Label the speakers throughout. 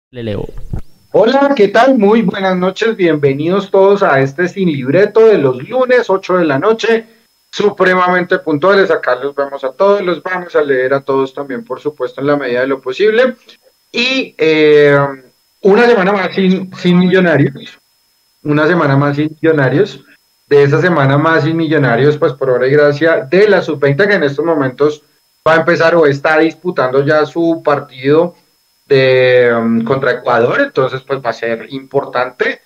Speaker 1: Le leo.
Speaker 2: Hola, ¿qué tal? Muy buenas noches, bienvenidos todos a este Sin Libreto de los lunes, 8 de la noche, supremamente puntuales. Acá los vemos a todos, los vamos a leer a todos también, por supuesto, en la medida de lo posible. Y una semana más sin millonarios, una semana más sin millonarios. De esa semana más sin millonarios, pues por obra y gracia de la sub-20 que en estos momentos va a empezar o está disputando ya su partido contra Ecuador, entonces pues va a ser importante.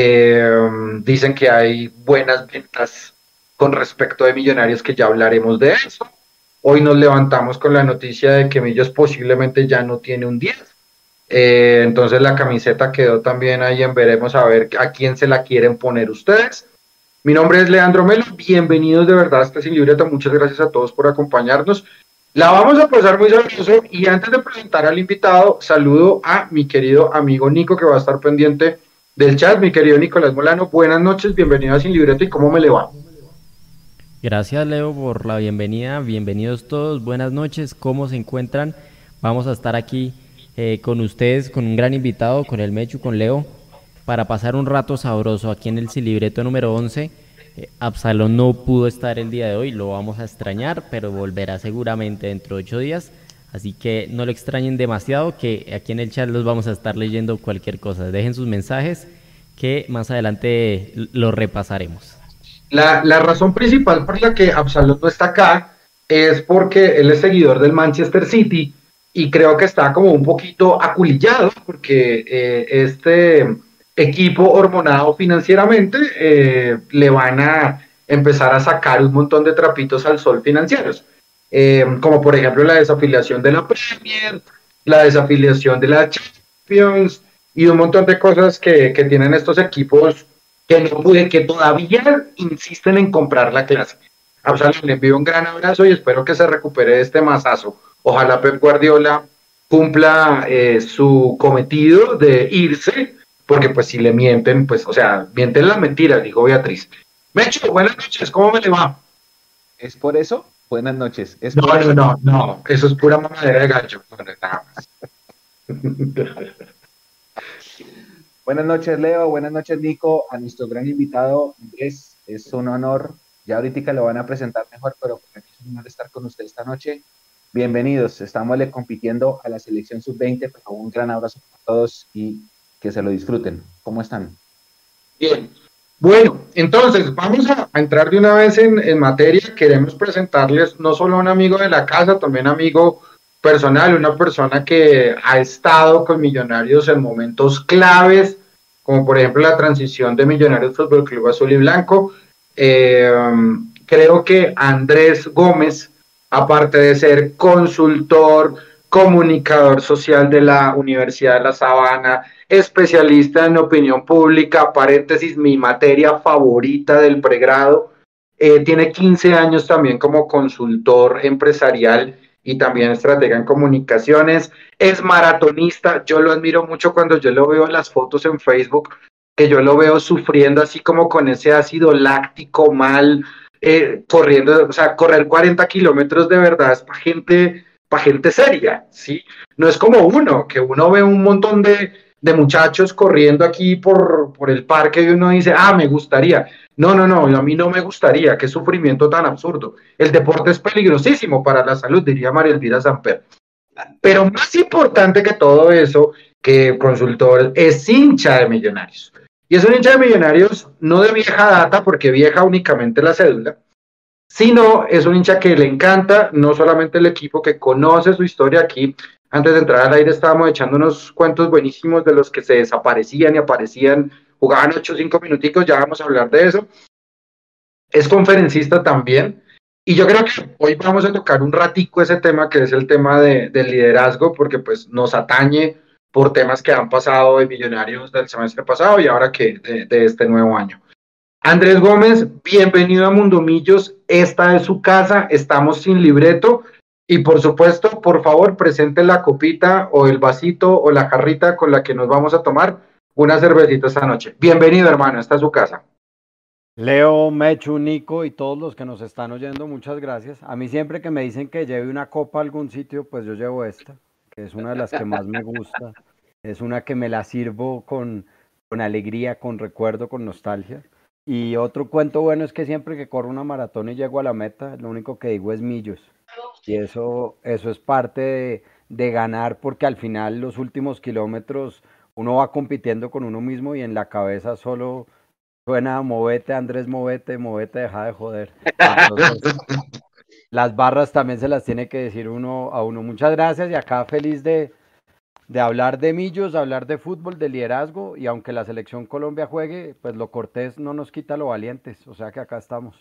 Speaker 2: Dicen que hay buenas ventas con respecto de Millonarios, que ya hablaremos de eso. Hoy nos levantamos con la noticia de que Millos posiblemente ya no tiene un 10. Entonces la camiseta quedó también ahí en veremos a ver a quién se la quieren poner ustedes. Mi nombre es Leandro Melo, bienvenidos de verdad a este Sin Libreta, muchas gracias a todos por acompañarnos. La vamos a pasar muy sabroso y antes de presentar al invitado, saludo a mi querido amigo Nico que va a estar pendiente del chat, mi querido Nicolás Molano, buenas noches, bienvenido a Sin Libreta y cómo me le va.
Speaker 1: Gracias, Leo, por la bienvenida. Bienvenidos todos. Buenas noches. ¿Cómo se encuentran? Vamos a estar aquí con ustedes, con un gran invitado, con el Mechu, con Leo, para pasar un rato sabroso aquí en el Cilibreto número 11. Absalón no pudo estar el día de hoy, lo vamos a extrañar, pero volverá seguramente dentro de 8 días. Así que no lo extrañen demasiado, que aquí en el chat los vamos a estar leyendo cualquier cosa. Dejen sus mensajes, que más adelante los repasaremos.
Speaker 2: La razón principal por la que Absalón no está acá es porque él es seguidor del Manchester City y creo que está como un poquito aculillado porque este equipo hormonado financieramente le van a empezar a sacar un montón de trapitos al sol financieros, como por ejemplo la desafiliación de la Premier, la desafiliación de la Champions y un montón de cosas que tienen estos equipos que no pude, que todavía insisten en comprar la clase. A Absalom le envío un gran abrazo y espero que se recupere de este masazo. Ojalá Pep Guardiola cumpla su cometido de irse, porque pues si le mienten, pues, o sea, mienten las mentiras, dijo Beatriz. Mecho, buenas noches, ¿cómo me le va?
Speaker 3: ¿Es por eso? Buenas noches. ¿Es
Speaker 2: No,
Speaker 3: por
Speaker 2: no,
Speaker 3: eso?
Speaker 2: no, no, eso es pura mamadera de gallo, no, no, nada más.
Speaker 3: Buenas noches, Leo. Buenas noches, Nico. A nuestro gran invitado, Andrés. Es un honor. Ya ahorita lo van a presentar mejor, pero para mí es un honor estar con usted esta noche. Bienvenidos. Estamos compitiendo a la selección sub-20, pero un gran abrazo para todos y que se lo disfruten. ¿Cómo están?
Speaker 2: Bien. Bueno, entonces vamos a entrar de una vez en materia. Queremos presentarles no solo a un amigo de la casa, también amigo personal, una persona que ha estado con Millonarios en momentos claves, como por ejemplo la transición de Millonarios Fútbol Club Azul y Blanco. Eh, Creo que Andrés Gómez, aparte de ser consultor, comunicador social de la Universidad de La Sabana, especialista en opinión pública, paréntesis, mi materia favorita del pregrado. Tiene 15 años también como consultor empresarial y también estratega en comunicaciones. Es maratonista, yo lo admiro mucho cuando yo lo veo en las fotos en Facebook, que yo lo veo sufriendo así como con ese ácido láctico mal, corriendo, o sea, correr 40 kilómetros de verdad es para gente seria, ¿sí? No es como uno, que uno ve un montón de muchachos corriendo aquí por el parque y uno dice, ah, me gustaría. No, no, no, a mí no me gustaría, qué sufrimiento tan absurdo. El deporte es peligrosísimo para la salud, diría María Elvira Samper. Pero más importante que todo eso, que consultor es hincha de Millonarios. Y es un hincha de Millonarios no de vieja data, porque vieja únicamente la cédula, sino es un hincha que le encanta no solamente el equipo, que conoce su historia. Aquí antes de entrar al aire estábamos echando unos cuentos buenísimos de los que se desaparecían y aparecían, jugaban 8 o 5 minuticos, ya vamos a hablar de eso. Es conferencista también, y yo creo que hoy vamos a tocar un ratico ese tema, que es el tema del liderazgo, porque pues nos atañe por temas que han pasado de Millonarios del semestre pasado y ahora que de este nuevo año. Andrés Gómez, bienvenido a Mundomillos, esta es su casa, estamos sin libreto y por supuesto, por favor, presente la copita o el vasito o la jarrita con la que nos vamos a tomar una cervecita esta noche. Bienvenido, hermano, esta es su casa.
Speaker 4: Leo, Mechu, Nico y todos los que nos están oyendo, muchas gracias. A mí siempre que me dicen que lleve una copa a algún sitio, pues yo llevo esta, que es una de las que más me gusta. Es una que me la sirvo con alegría, con recuerdo, con nostalgia. Y otro cuento bueno es que siempre que corro una maratón y llego a la meta, lo único que digo es millos. Y eso es parte de ganar porque al final los últimos kilómetros uno va compitiendo con uno mismo y en la cabeza solo suena movete, Andrés, movete, movete, deja de joder. Entonces, las barras también se las tiene que decir uno a uno. Muchas gracias y acá feliz de hablar de millos, hablar de fútbol, de liderazgo y aunque la selección Colombia juegue, pues lo cortés no nos quita lo valientes, o sea que acá estamos.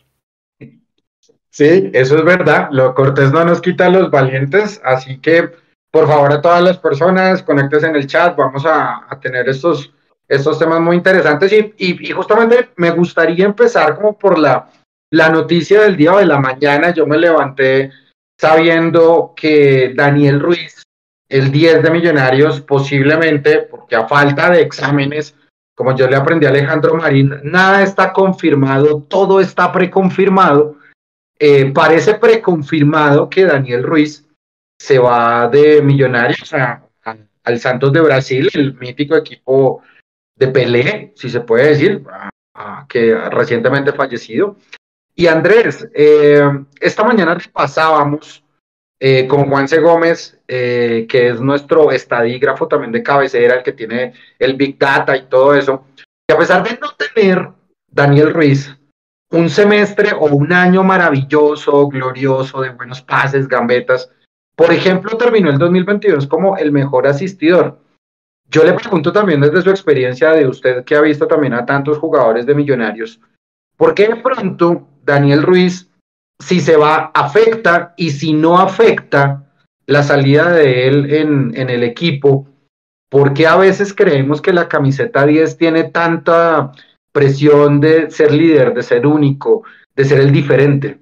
Speaker 2: Sí, eso es verdad. Lo cortés no nos quita a los valientes, así que por favor a todas las personas, conéctense en el chat, vamos a tener estos temas muy interesantes y justamente me gustaría empezar como por la noticia del día de la mañana. Yo me levanté sabiendo que Daniel Ruiz, el 10 de Millonarios, posiblemente, porque a falta de exámenes, como yo le aprendí a Alejandro Marín, nada está confirmado, todo está preconfirmado. Parece preconfirmado que Daniel Ruiz se va de Millonarios al Santos de Brasil, el mítico equipo de Pelé, si se puede decir, que recientemente fallecido. Y Andrés, esta mañana repasábamos con Juanse Gómez, que es nuestro estadígrafo también de cabecera, el que tiene el Big Data y todo eso, que a pesar de no tener Daniel Ruiz un semestre o un año maravilloso, glorioso, de buenos pases, gambetas, por ejemplo, terminó el 2022 como el mejor asistidor. Yo le pregunto también desde su experiencia de usted que ha visto también a tantos jugadores de Millonarios, ¿por qué de pronto Daniel Ruiz, si se va, afecta y si no afecta la salida de él en el equipo? ¿Por qué a veces creemos que la camiseta 10 tiene tanta presión de ser líder, de ser único, de ser el diferente?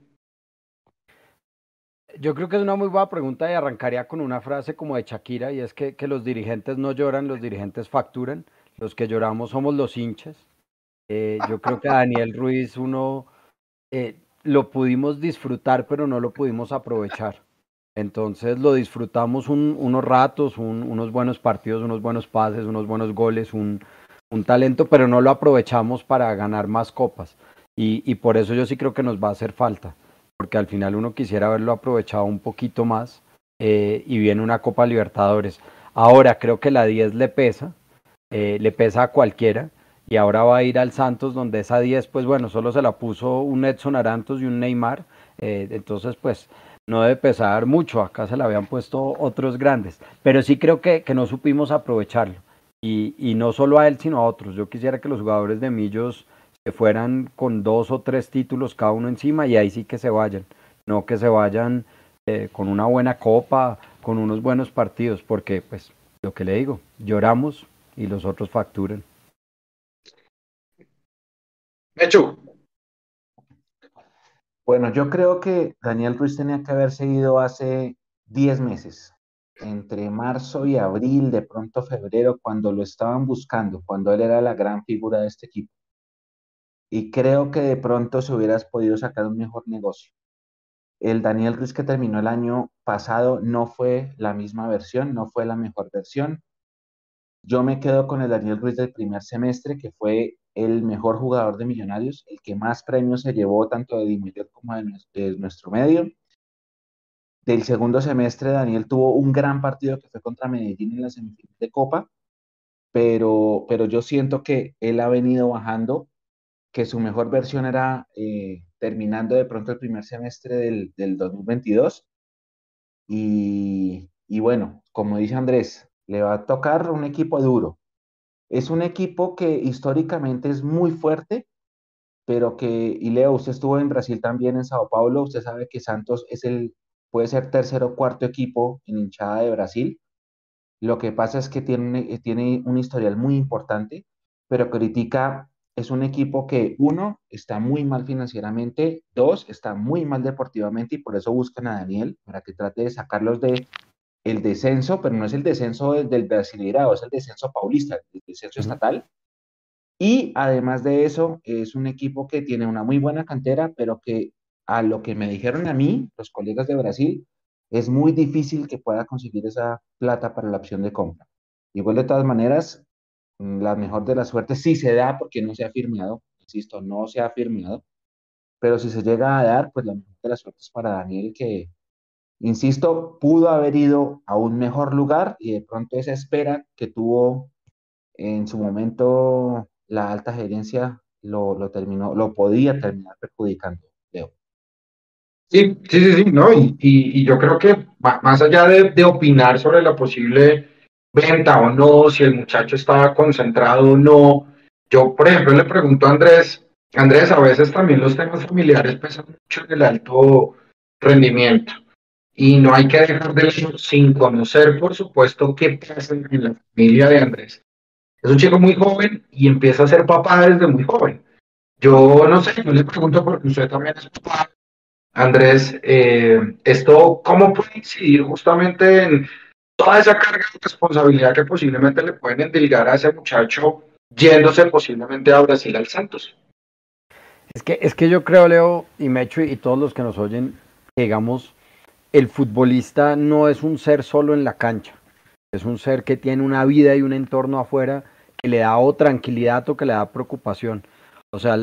Speaker 4: Yo creo que es una muy buena pregunta y arrancaría con una frase como de Shakira y es que los dirigentes no lloran, los dirigentes facturan, los que lloramos somos los hinchas. Yo creo que a Daniel Ruiz lo pudimos disfrutar, pero no lo pudimos aprovechar. Entonces lo disfrutamos unos ratos, unos buenos partidos, unos buenos pases, unos buenos goles, un talento, pero no lo aprovechamos para ganar más copas. Y por eso yo sí creo que nos va a hacer falta, porque al final uno quisiera haberlo aprovechado un poquito más y viene una Copa Libertadores. Ahora creo que la 10 le pesa a cualquiera y ahora va a ir al Santos donde esa 10 pues bueno, solo se la puso un Edson Arantes y un Neymar, entonces pues no debe pesar mucho, acá se la habían puesto otros grandes, pero sí creo que no supimos aprovecharlo y no solo a él sino a otros. Yo quisiera que los jugadores de Millos se fueran con 2 o 3 títulos cada uno encima y ahí sí que se vayan, no que se vayan con una buena copa, con unos buenos partidos, porque pues lo que le digo, lloramos y los otros facturan.
Speaker 2: Hecho.
Speaker 3: Bueno, yo creo que Daniel Ruiz tenía que haberse ido hace 10 meses, entre marzo y abril, de pronto febrero, cuando lo estaban buscando, cuando él era la gran figura de este equipo. Y creo que de pronto se hubieras podido sacar un mejor negocio. El Daniel Ruiz que terminó el año pasado no fue la misma versión, no fue la mejor versión. Yo me quedo con el Daniel Ruiz del primer semestre, que fue el mejor jugador de Millonarios, el que más premios se llevó tanto de Dimitrov como de nuestro medio. Del segundo semestre, Daniel tuvo un gran partido que fue contra Medellín en la semifinal de Copa, pero yo siento que él ha venido bajando, que su mejor versión era terminando de pronto el primer semestre del 2022. Y bueno, como dice Andrés, le va a tocar un equipo duro. Es un equipo que históricamente es muy fuerte, pero y Leo, usted estuvo en Brasil también, en Sao Paulo, usted sabe que Santos puede ser tercer o cuarto equipo en hinchada de Brasil. Lo que pasa es que tiene un historial muy importante, pero que ahorita es un equipo que, uno, está muy mal financieramente, dos, está muy mal deportivamente y por eso buscan a Daniel para que trate de sacarlos de el descenso, pero no es el descenso del Brasileirao, es el descenso paulista, el descenso
Speaker 4: Ujú.
Speaker 3: estatal. Y además de eso, es un equipo que tiene una muy buena cantera, pero que a lo que me dijeron a mí, los colegas de Brasil, es muy difícil que pueda conseguir esa plata para la opción de compra. Igual de todas maneras, la mejor de las suertes sí se da porque no se ha firmado, insisto, no se ha firmado, pero si se llega a dar, pues la mejor de las suertes para Daniel, que, insisto, pudo haber ido a un mejor lugar y de pronto esa espera que tuvo en su momento la alta gerencia lo terminó, lo podía terminar perjudicando, Leo.
Speaker 2: Sí, sí, sí, sí, ¿no? Y yo creo que más allá de opinar sobre la posible venta o no, si el muchacho estaba concentrado o no, yo, por ejemplo, le pregunto a Andrés, Andrés, a veces también los temas familiares pesan mucho en el alto rendimiento y no hay que dejar de lado sin conocer, por supuesto, qué pasa en la familia de Andrés. Es un chico muy joven y empieza a ser papá desde muy joven. Yo no sé, yo le pregunto porque usted también es papá. Andrés, esto, ¿cómo puede incidir justamente en toda esa carga de responsabilidad que posiblemente le pueden endilgar a ese muchacho yéndose posiblemente a Brasil al Santos?
Speaker 4: Es que yo creo, Leo y Mecho y todos los que nos oyen, que digamos, el futbolista no es un ser solo en la cancha, es un ser que tiene una vida y un entorno afuera que le da o tranquilidad o que le da preocupación. O sea,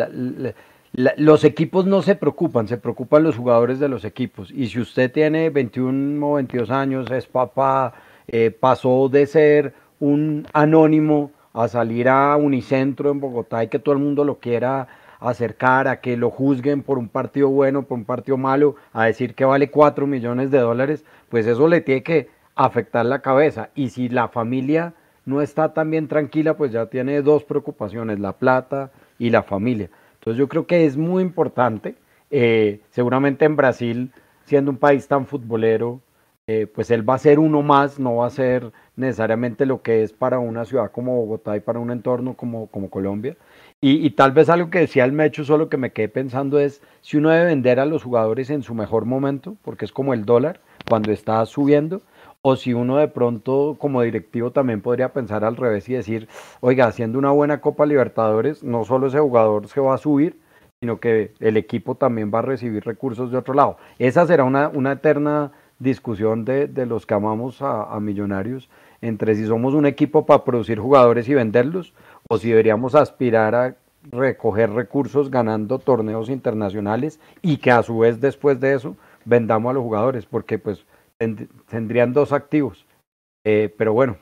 Speaker 4: los equipos no se preocupan los jugadores de los equipos. Y si usted tiene 21 o 22 años, es papá, pasó de ser un anónimo a salir a Unicentro en Bogotá y que todo el mundo lo quiera acercar, a que lo juzguen por un partido bueno, por un partido malo, a decir que vale 4 millones de dólares, pues eso le tiene que afectar la cabeza. Y si la familia no está tan bien tranquila, pues ya tiene dos preocupaciones, la plata y la familia. Entonces yo creo que es muy importante, seguramente en Brasil, siendo un país tan futbolero, pues él va a ser uno más, no va a ser necesariamente lo que es para una ciudad como Bogotá y para un entorno como Colombia. Y tal vez algo que decía el Mecho, solo que me quedé pensando es si uno debe vender a los jugadores en su mejor momento, porque es como el dólar, cuando está subiendo, o si uno de pronto como directivo también podría pensar al revés y decir, oiga, haciendo una buena Copa Libertadores, no solo ese jugador se va a subir, sino que el equipo también va a recibir recursos de otro lado. Esa será una eterna discusión de los que amamos a Millonarios, entre si somos un equipo para producir jugadores y venderlos, o si deberíamos aspirar a recoger recursos ganando torneos internacionales y que a su vez después de eso vendamos a los jugadores, porque pues tendrían dos activos. Pero bueno,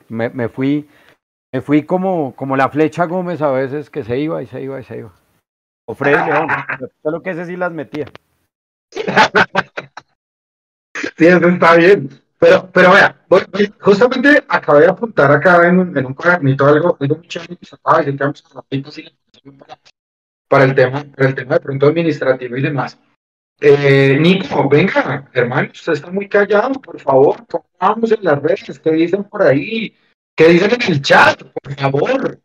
Speaker 4: me fui como la flecha Gómez a veces que se iba y se iba y se iba. O Freddy León, solo que ese sí las metía.
Speaker 2: Sí, eso está bien. Pero vea, justamente acabé de apuntar acá en un cuadernito algo muy chévere que se acaba de decir que vamos a hablar ahorita, sí, para el tema de pronto administrativo y demás. Nico, venga, hermano, usted está muy callado, por favor, ¿cómo vamos en las redes? ¿Qué dicen por ahí? ¿Qué dicen en el chat? Por favor.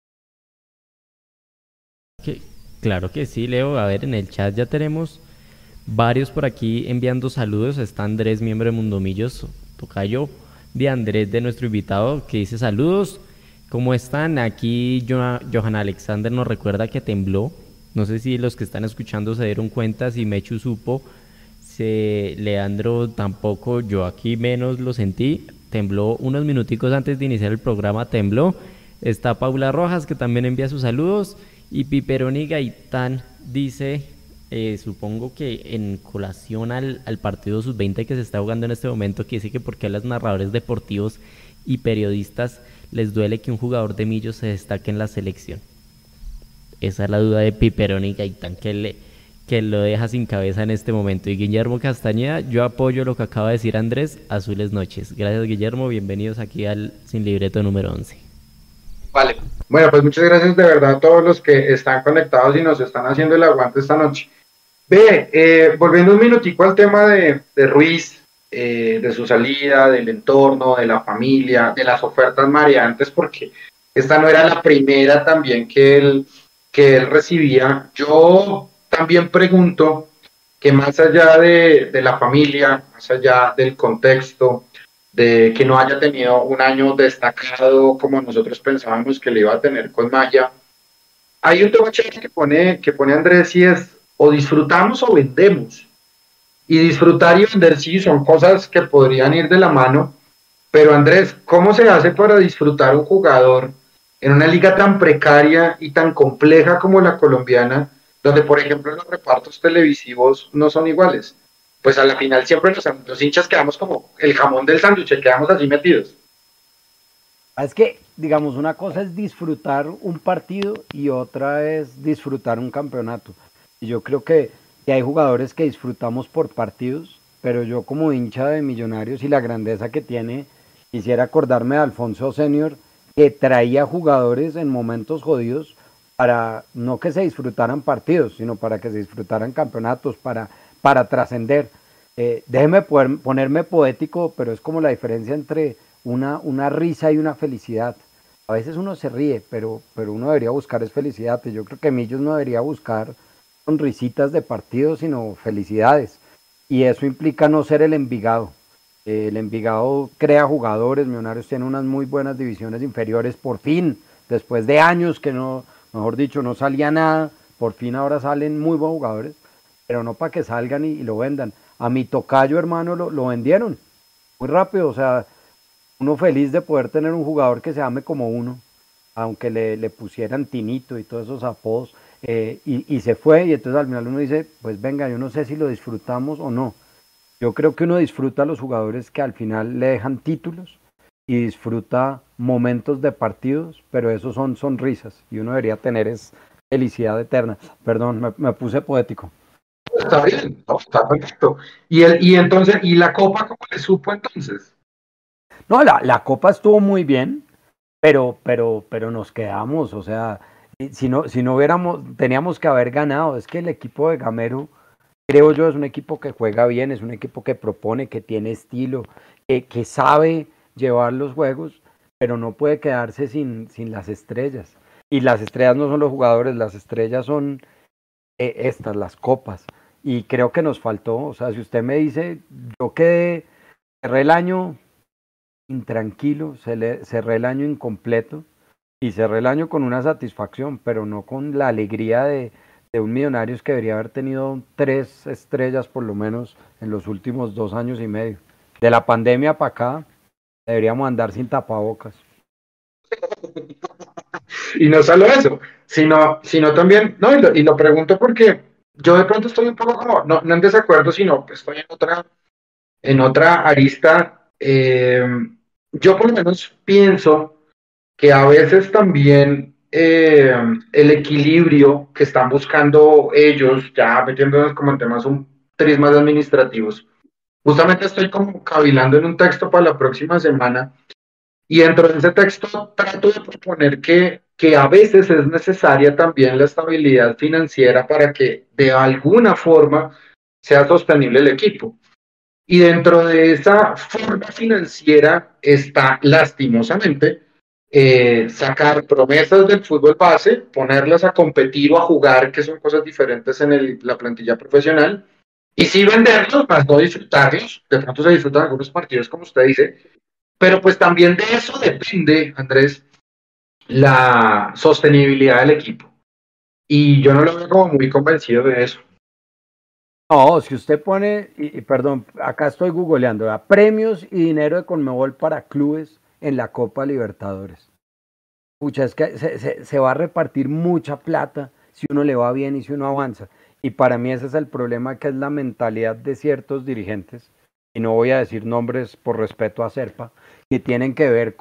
Speaker 1: Que- claro que sí, Leo. A ver, en el chat ya tenemos varios por aquí enviando saludos. Está Andrés, miembro de Mundomillos, tocayo de Andrés, de nuestro invitado, que dice saludos. ¿Cómo están? Aquí Johan Alexander nos recuerda que tembló. No sé si los que están escuchando se dieron cuenta, si Mechu supo. Leandro tampoco, yo aquí menos lo sentí. Tembló unos minuticos antes de iniciar el programa, tembló. Está Paula Rojas, que también envía sus saludos. Y Piperoni Gaitán dice, supongo que en colación al partido sub-20 que se está jugando en este momento, que dice que porque a los narradores deportivos y periodistas les duele que un jugador de Millos se destaque en la selección. Esa es la duda de Piperoni Gaitán que lo deja sin cabeza en este momento. Y Guillermo Castañeda, yo apoyo lo que acaba de decir Andrés, azules noches. Gracias, Guillermo, bienvenidos aquí al Sin Libreto número 11.
Speaker 2: Vale. Bueno, pues muchas gracias de verdad a todos los que están conectados y nos están haciendo el aguante esta noche. Ve, volviendo un minutico al tema de Ruiz, de su salida, del entorno, de la familia, de las ofertas mareantes, porque esta no era la primera también que él recibía. Yo también pregunto que más allá de la familia, más allá del contexto, de que no haya tenido un año destacado como nosotros pensábamos que le iba a tener con Maya, hay un tema chévere que pone Andrés y es o disfrutamos o vendemos. Y disfrutar y vender sí son cosas que podrían ir de la mano, Pero Andrés, ¿cómo se hace para disfrutar un jugador en una liga tan precaria y tan compleja como la colombiana, donde por ejemplo los repartos televisivos no son iguales? Pues a la final siempre los hinchas quedamos como el jamón del sándwich, quedamos así metidos.
Speaker 4: Es que, digamos, una cosa es disfrutar un partido y otra es disfrutar un campeonato. Y yo creo que hay jugadores que disfrutamos por partidos, pero yo como hincha de Millonarios y la grandeza que tiene, quisiera acordarme de Alfonso Senior, que traía jugadores en momentos jodidos para no que se disfrutaran partidos, sino para que se disfrutaran campeonatos, para trascender. Déjeme ponerme poético, pero es como la diferencia entre una risa y una felicidad. A veces uno se ríe, pero uno debería buscar es felicidad. Y yo creo que Millos no debería buscar sonrisitas de partido, sino felicidades. Y eso implica no ser el Envigado. El Envigado crea jugadores, Millonarios tiene unas muy buenas divisiones inferiores, por fin, después de años que no, mejor dicho, no salía nada, por fin ahora salen muy buenos jugadores, pero no para que salgan y lo vendan. A mi tocayo, hermano, lo vendieron muy rápido, o sea, uno feliz de poder tener un jugador que se ame como uno, aunque le pusieran Tinito y todos esos apodos, y se fue, y entonces al final uno dice, pues venga, yo no sé si lo disfrutamos o no. Yo creo que uno disfruta a los jugadores que al final le dejan títulos y disfruta momentos de partidos, pero esos son sonrisas y uno debería tener es felicidad eterna. Perdón, me puse poético.
Speaker 2: Está bien, no, está perfecto. Y entonces, ¿y la copa cómo le supo entonces?
Speaker 4: No, la Copa estuvo muy bien, pero nos quedamos, o sea, si no hubiéramos, teníamos que haber ganado. Es que el equipo de Gamero, creo yo, es un equipo que juega bien, es un equipo que propone, que tiene estilo, que sabe llevar los juegos, pero no puede quedarse sin las estrellas. Y las estrellas no son los jugadores, las estrellas son estas, las copas. Y creo que nos faltó, o sea, si usted me dice, yo quedé, cerré el año intranquilo, cerré el año incompleto y cerré el año con una satisfacción, pero no con la alegría de un Millonarios que debería haber tenido 3 estrellas por lo menos en los últimos 2 años y medio. De la pandemia para acá deberíamos andar sin tapabocas.
Speaker 2: Y no solo eso, sino también, no, y lo pregunto porque yo de pronto estoy un poco como, no en desacuerdo, sino que estoy en otra arista. Yo por lo menos pienso que a veces también el equilibrio que están buscando ellos, ya metiéndonos como en temas un tris más administrativos, justamente estoy como cavilando en un texto para la próxima semana. Y dentro de ese texto trato de proponer que a veces es necesaria también la estabilidad financiera para que de alguna forma sea sostenible el equipo. Y dentro de esa forma financiera está lastimosamente sacar promesas del fútbol base, ponerlas a competir o a jugar, que son cosas diferentes en la plantilla profesional, y sí venderlos, más no disfrutarlos. De pronto se disfrutan algunos partidos, como usted dice, pero pues también de eso depende, Andrés, la sostenibilidad del equipo. Y yo no lo veo como muy convencido de eso.
Speaker 4: No, si usted pone, perdón, acá estoy googleando, ¿verdad? Premios y dinero de Conmebol para clubes en la Copa Libertadores. Pucha, es que se va a repartir mucha plata si uno le va bien y si uno avanza. Y para mí ese es el problema, que es la mentalidad de ciertos dirigentes, y no voy a decir nombres por respeto a Serpa, que tienen que ver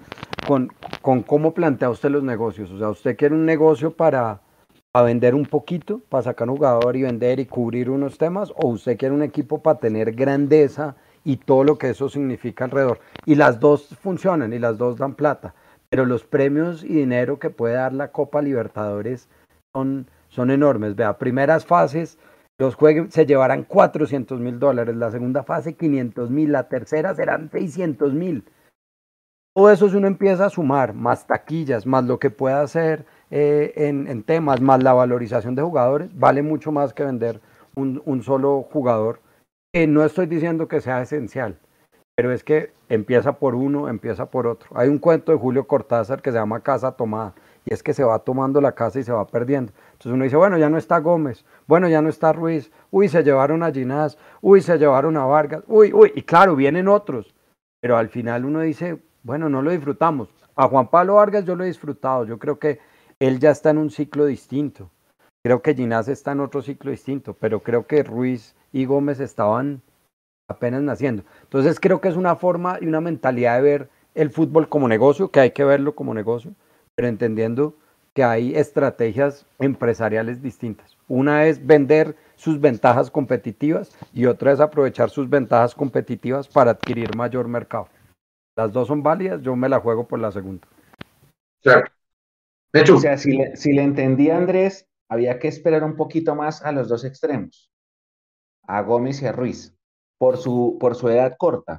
Speaker 4: con cómo plantea usted los negocios. O sea, usted quiere un negocio para vender un poquito, para sacar un jugador y vender y cubrir unos temas, o usted quiere un equipo para tener grandeza y todo lo que eso significa alrededor. Y las dos funcionan y las dos dan plata, pero los premios y dinero que puede dar la Copa Libertadores son enormes. Vea, primeras fases, los juegos se llevarán $400.000, la segunda fase 500.000, la tercera serán 600.000. Todo eso, si uno empieza a sumar, más taquillas, más lo que pueda hacer en temas, más la valorización de jugadores, vale mucho más que vender un solo jugador. No estoy diciendo que sea esencial, pero es que empieza por uno, empieza por otro. Hay un cuento de Julio Cortázar que se llama Casa Tomada, y es que se va tomando la casa y se va perdiendo. Entonces uno dice, bueno, ya no está Gómez, bueno, ya no está Ruiz, uy, se llevaron a Ginás, uy, se llevaron a Vargas, uy, y claro, vienen otros, pero al final uno dice, bueno, no lo disfrutamos. A Juan Pablo Vargas yo lo he disfrutado, yo creo que él ya está en un ciclo distinto. Creo que Ginás está en otro ciclo distinto, pero creo que Ruiz y Gómez estaban apenas naciendo. Entonces creo que es una forma y una mentalidad de ver el fútbol como negocio, que hay que verlo como negocio, pero entendiendo que hay estrategias empresariales distintas. Una es vender sus ventajas competitivas y otra es aprovechar sus ventajas competitivas para adquirir mayor mercado. Las dos son válidas, yo me la juego por la segunda.
Speaker 2: Claro. De
Speaker 3: O
Speaker 2: hecho,
Speaker 3: sea, si le entendí a Andrés, había que esperar un poquito más a los dos extremos, a Gómez y a Ruiz, por su edad corta.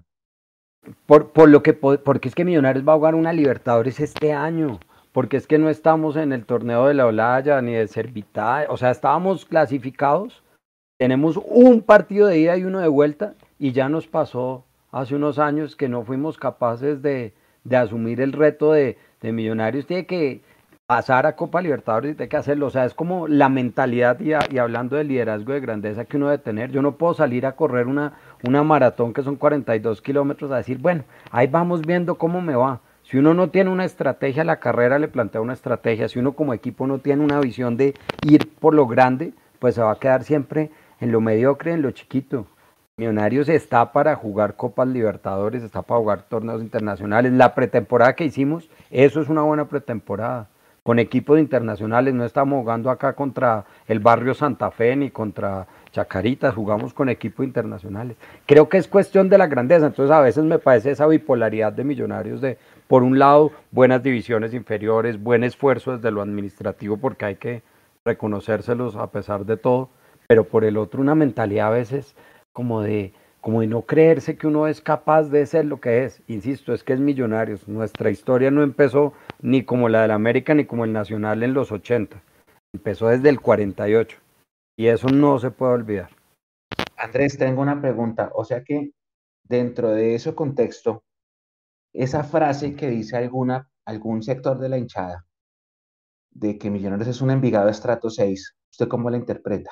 Speaker 4: Porque es que Millonarios va a jugar una Libertadores este año, porque es que no estamos en el torneo de la Olaya ni de Servitae, o sea, estábamos clasificados, tenemos un partido de ida y uno de vuelta, y ya nos pasó hace unos años que no fuimos capaces de asumir el reto de Millonarios. Tiene que pasar a Copa Libertadores y tiene que hacerlo, o sea, es como la mentalidad y hablando de liderazgo de grandeza que uno debe tener. Yo no puedo salir a correr una maratón que son 42 kilómetros a decir, bueno, ahí vamos viendo cómo me va. Si uno no tiene una estrategia, la carrera le plantea una estrategia. Si uno como equipo no tiene una visión de ir por lo grande, pues se va a quedar siempre en lo mediocre, en lo chiquito. Millonarios está para jugar Copas Libertadores, está para jugar torneos internacionales. La pretemporada que hicimos, eso es una buena pretemporada. Con equipos internacionales, no estamos jugando acá contra el barrio Santa Fe ni contra Chacaritas, jugamos con equipos internacionales. Creo que es cuestión de la grandeza, entonces a veces me parece esa bipolaridad de Millonarios de, por un lado, buenas divisiones inferiores, buen esfuerzo desde lo administrativo porque hay que reconocérselos a pesar de todo, pero por el otro una mentalidad a veces como de no creerse que uno es capaz de ser lo que es. Insisto, es que es Millonarios. Nuestra historia no empezó ni como la del América ni como el Nacional en los 80. Empezó desde el 48. Y eso no se puede olvidar.
Speaker 3: Andrés, tengo una pregunta. O sea que dentro de ese contexto, esa frase que dice algún sector de la hinchada de que Millonarios es un Envigado estrato 6, ¿usted cómo la interpreta?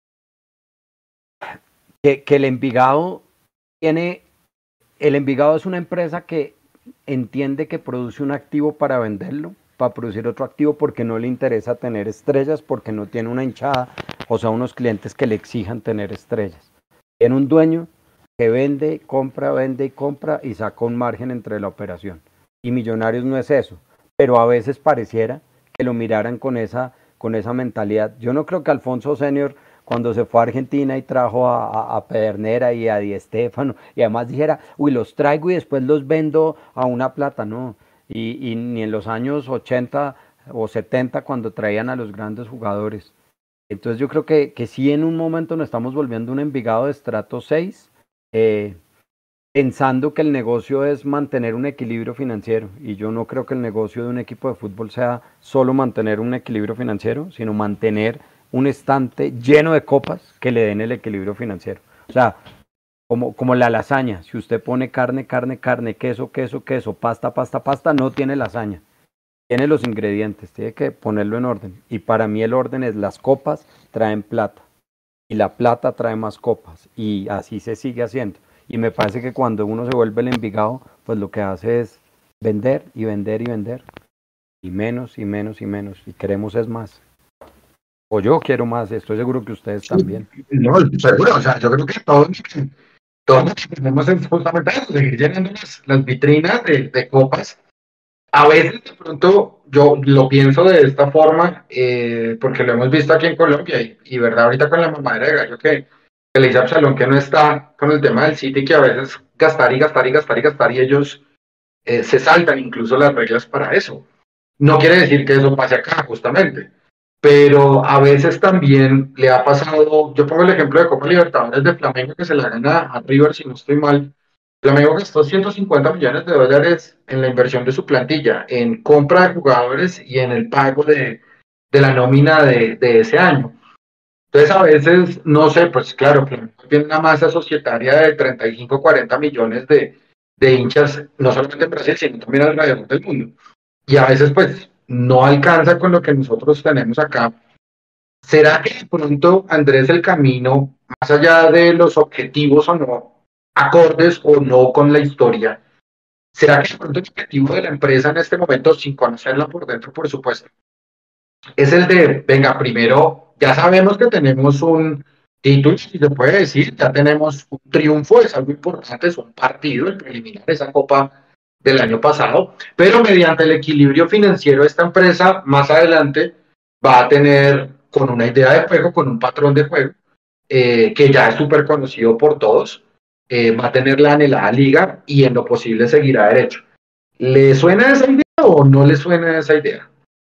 Speaker 4: Que el Envigado tiene, el Envigado es una empresa que entiende que produce un activo para venderlo, para producir otro activo porque no le interesa tener estrellas, porque no tiene una hinchada, o sea, unos clientes que le exijan tener estrellas. Tiene un dueño que vende y compra y saca un margen entre la operación. Y Millonarios no es eso, pero a veces pareciera que lo miraran con esa mentalidad. Yo no creo que Alfonso Senior, cuando se fue a Argentina y trajo a Pedernera y a Di Stéfano, y además dijera, uy, los traigo y después los vendo a una plata, no. Y ni en los años 80 o 70 cuando traían a los grandes jugadores. Entonces yo creo que sí en un momento nos estamos volviendo un Envigado de estrato 6, pensando que el negocio es mantener un equilibrio financiero. Y yo no creo que el negocio de un equipo de fútbol sea solo mantener un equilibrio financiero, sino mantener un estante lleno de copas que le den el equilibrio financiero. O sea, como la lasaña, si usted pone carne, queso, pasta, no tiene lasaña. Tiene los ingredientes, tiene que ponerlo en orden. Y para mí el orden es las copas traen plata. Y la plata trae más copas. Y así se sigue haciendo. Y me parece que cuando uno se vuelve el Envigado, pues lo que hace es vender y vender y vender. Y menos y menos y menos. Y queremos es más. O yo quiero más, estoy seguro que ustedes también.
Speaker 2: no, seguro, o sea, yo creo que todos lo que tenemos es justamente eso, seguir llenando las vitrinas de copas. A veces de pronto yo lo pienso de esta forma, porque lo hemos visto aquí en Colombia y verdad ahorita con la mamadera de gallo que le dice a Absalón que no está con el tema del City, que a veces gastar y gastar y gastar y gastar y ellos se saltan incluso las reglas para eso. No quiere decir que eso pase acá, justamente, pero a veces también le ha pasado, yo pongo el ejemplo de Copa Libertadores de Flamengo que se la gana a River, si no estoy mal. Flamengo gastó 150 millones de dólares en la inversión de su plantilla, en compra de jugadores y en el pago de la nómina de ese año. Entonces a veces, no sé, pues claro, Flamengo tiene una masa societaria de 35, 40 millones de hinchas, no solamente en Brasil, sino también alrededor del mundo. Y a veces pues no alcanza con lo que nosotros tenemos acá. ¿Será que de pronto, Andrés, el camino, más allá de los objetivos o no, acordes o no con la historia, ¿Será que de pronto el objetivo de la empresa en este momento, sin conocerla por dentro, por supuesto, es el de, venga, primero, ya sabemos que tenemos un título, si se puede decir, ya tenemos un triunfo, es algo importante, es un partido, el preliminar, esa copa del año pasado, pero mediante el equilibrio financiero, esta empresa más adelante va a tener, con una idea de juego, con un patrón de juego, que ya es súper conocido por todos, va a tener la anhelada liga y en lo posible seguirá derecho. ¿Le suena esa idea o no le suena esa idea?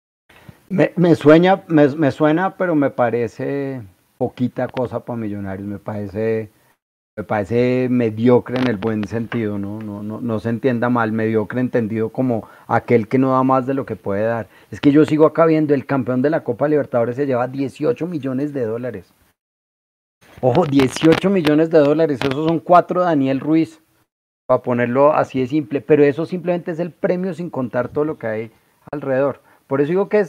Speaker 4: Me suena, pero me parece poquita cosa para Millonarios, me parece mediocre en el buen sentido, no se entienda mal, mediocre entendido como aquel que no da más de lo que puede dar. Es que yo sigo acá viendo, el campeón de la Copa Libertadores se lleva 18 millones de dólares. Ojo, 18 millones de dólares, esos son 4 Daniel Ruiz, para ponerlo así de simple, pero eso simplemente es el premio sin contar todo lo que hay alrededor. Por eso digo que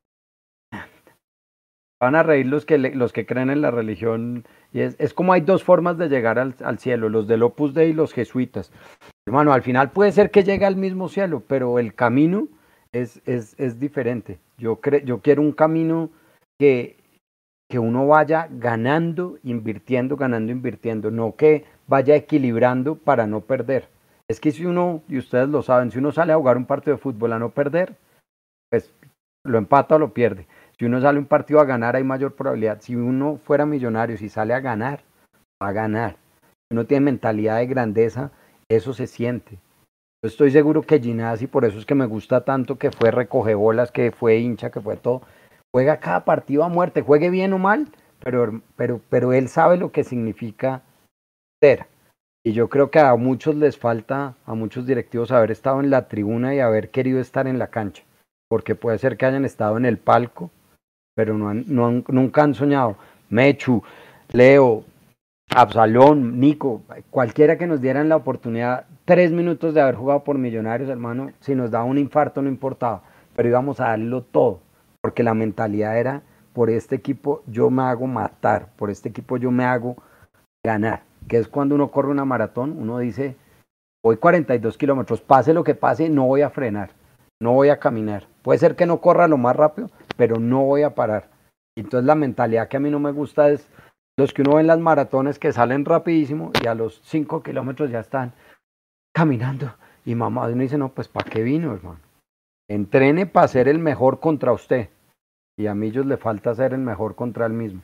Speaker 4: van a reír los que creen en la religión, y es como hay dos formas de llegar al cielo, los del Opus Dei y los jesuitas. Hermano, al final puede ser que llegue al mismo cielo, pero el camino es diferente. Yo quiero un camino que, que uno vaya ganando, invirtiendo, no que vaya equilibrando para no perder. Es que si uno, y ustedes lo saben, si uno sale a jugar un partido de fútbol a no perder, pues lo empata o lo pierde. Si uno sale un partido a ganar, hay mayor probabilidad. Si uno fuera millonario, si sale a ganar, va a ganar. Si uno tiene mentalidad de grandeza, eso se siente. Yo estoy seguro que Ginazzi, por eso es que me gusta tanto, que fue recogebolas, que fue hincha, que fue todo, juega cada partido a muerte, juegue bien o mal, pero él sabe lo que significa ser. Y yo creo que a muchos les falta, a muchos directivos, haber estado en la tribuna y haber querido estar en la cancha. Porque puede ser que hayan estado en el palco, pero nunca han soñado. Mechu, Leo, Absalón, Nico, cualquiera que nos dieran la oportunidad, 3 minutos de haber jugado por Millonarios, hermano, si nos daba un infarto no importaba, pero íbamos a darlo todo, porque la mentalidad era, por este equipo yo me hago matar, por este equipo yo me hago ganar, que es cuando uno corre una maratón, uno dice, voy 42 kilómetros, pase lo que pase, no voy a frenar, no voy a caminar. Puede ser que no corra lo más rápido, pero no voy a parar. Entonces la mentalidad que a mí no me gusta es los que uno ve en las maratones que salen rapidísimo y a los 5 kilómetros ya están caminando. Y mamá uno dice, no, pues ¿para qué vino, hermano? Entrene para ser el mejor contra usted. Y a mí ellos le falta ser el mejor contra él mismo.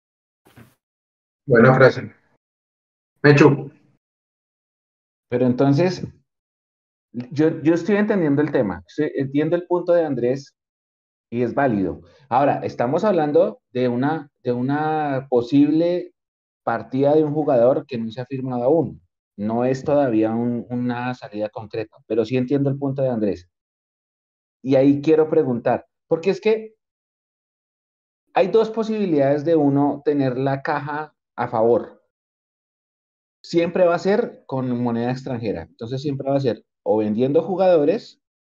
Speaker 2: Buena frase. Mechu.
Speaker 3: Pero entonces, yo estoy entendiendo el tema, entiendo el punto de Andrés y es válido. Ahora, estamos hablando de una posible partida de un jugador que no se ha firmado aún. No es todavía una salida concreta, pero sí entiendo el punto de Andrés. Y ahí quiero preguntar, porque es que hay dos posibilidades de uno tener la caja a favor. Siempre va a ser con moneda extranjera. Entonces siempre va a ser o vendiendo jugadores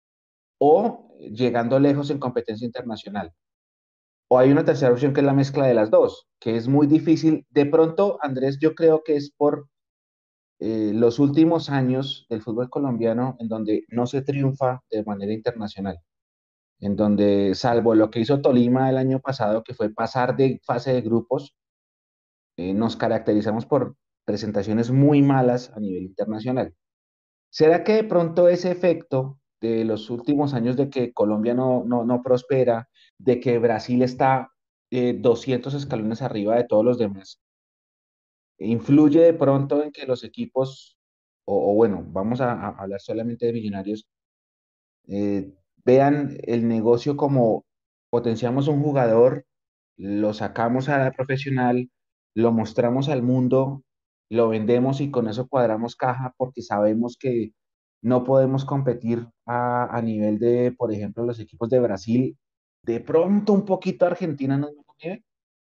Speaker 3: o llegando lejos en competencia internacional. O hay una tercera opción que es la mezcla de las dos, que es muy difícil. De pronto, Andrés, yo creo que es por los últimos años del fútbol colombiano en donde no se triunfa de manera internacional, en donde, salvo lo que hizo Tolima el año pasado, que fue pasar de fase de grupos, nos caracterizamos por presentaciones muy malas a nivel internacional. ¿Será que de pronto ese efecto de los últimos años de que Colombia no prospera, de que Brasil está 200 escalones arriba de todos los demás, influye de pronto en que los equipos, o bueno, vamos a hablar solamente de Millonarios, eh, vean el negocio como potenciamos un jugador, lo sacamos a la profesional, lo mostramos al mundo, lo vendemos y con eso cuadramos caja porque sabemos que no podemos competir a nivel de, por ejemplo, los equipos de Brasil, de pronto un poquito Argentina nos nivel.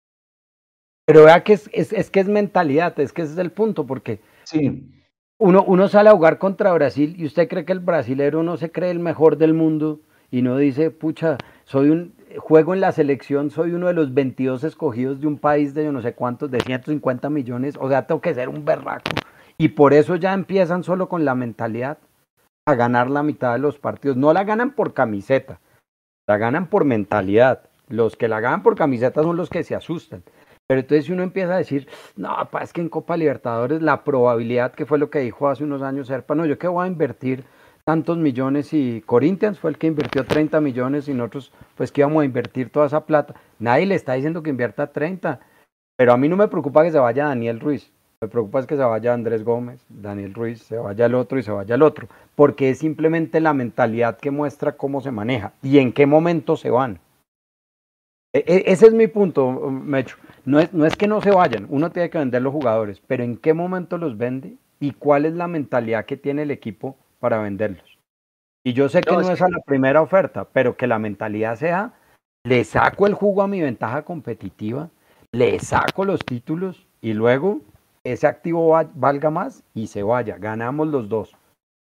Speaker 4: Pero vea que es que es mentalidad, es que ese es el punto, porque
Speaker 3: Sí,
Speaker 4: uno sale a jugar contra Brasil y usted cree que el brasilero no se cree el mejor del mundo y no dice, pucha, juego en la selección, soy uno de los 22 escogidos de un país de yo no sé cuántos, de 150 millones, o sea, tengo que ser un berraco. Y por eso ya empiezan solo con la mentalidad. a ganar la mitad de los partidos. No la ganan por camiseta, la ganan por mentalidad. Los que la ganan por camiseta son los que se asustan. Pero entonces si uno empieza a decir, no, es que en Copa Libertadores la probabilidad, que fue lo que dijo hace unos años Serpa, no, yo que voy a invertir tantos millones, y Corinthians fue el que invirtió 30 millones y nosotros pues que íbamos a invertir toda esa plata. Nadie le está diciendo que invierta 30, pero a mí no me preocupa que se vaya Daniel Ruiz. Me preocupa es que se vaya Andrés Gómez, Daniel Ruiz, se vaya el otro y se vaya el otro, porque es simplemente la mentalidad que muestra cómo se maneja y en qué momento se van. Ese es mi punto, Mecho. No es que no se vayan, uno tiene que vender los jugadores, pero en qué momento los vende y cuál es la mentalidad que tiene el equipo para venderlos. Y yo sé que no es a la primera oferta, pero que la mentalidad sea, le saco el jugo a mi ventaja competitiva, le saco los títulos y luego ese activo valga más y se vaya, ganamos los dos.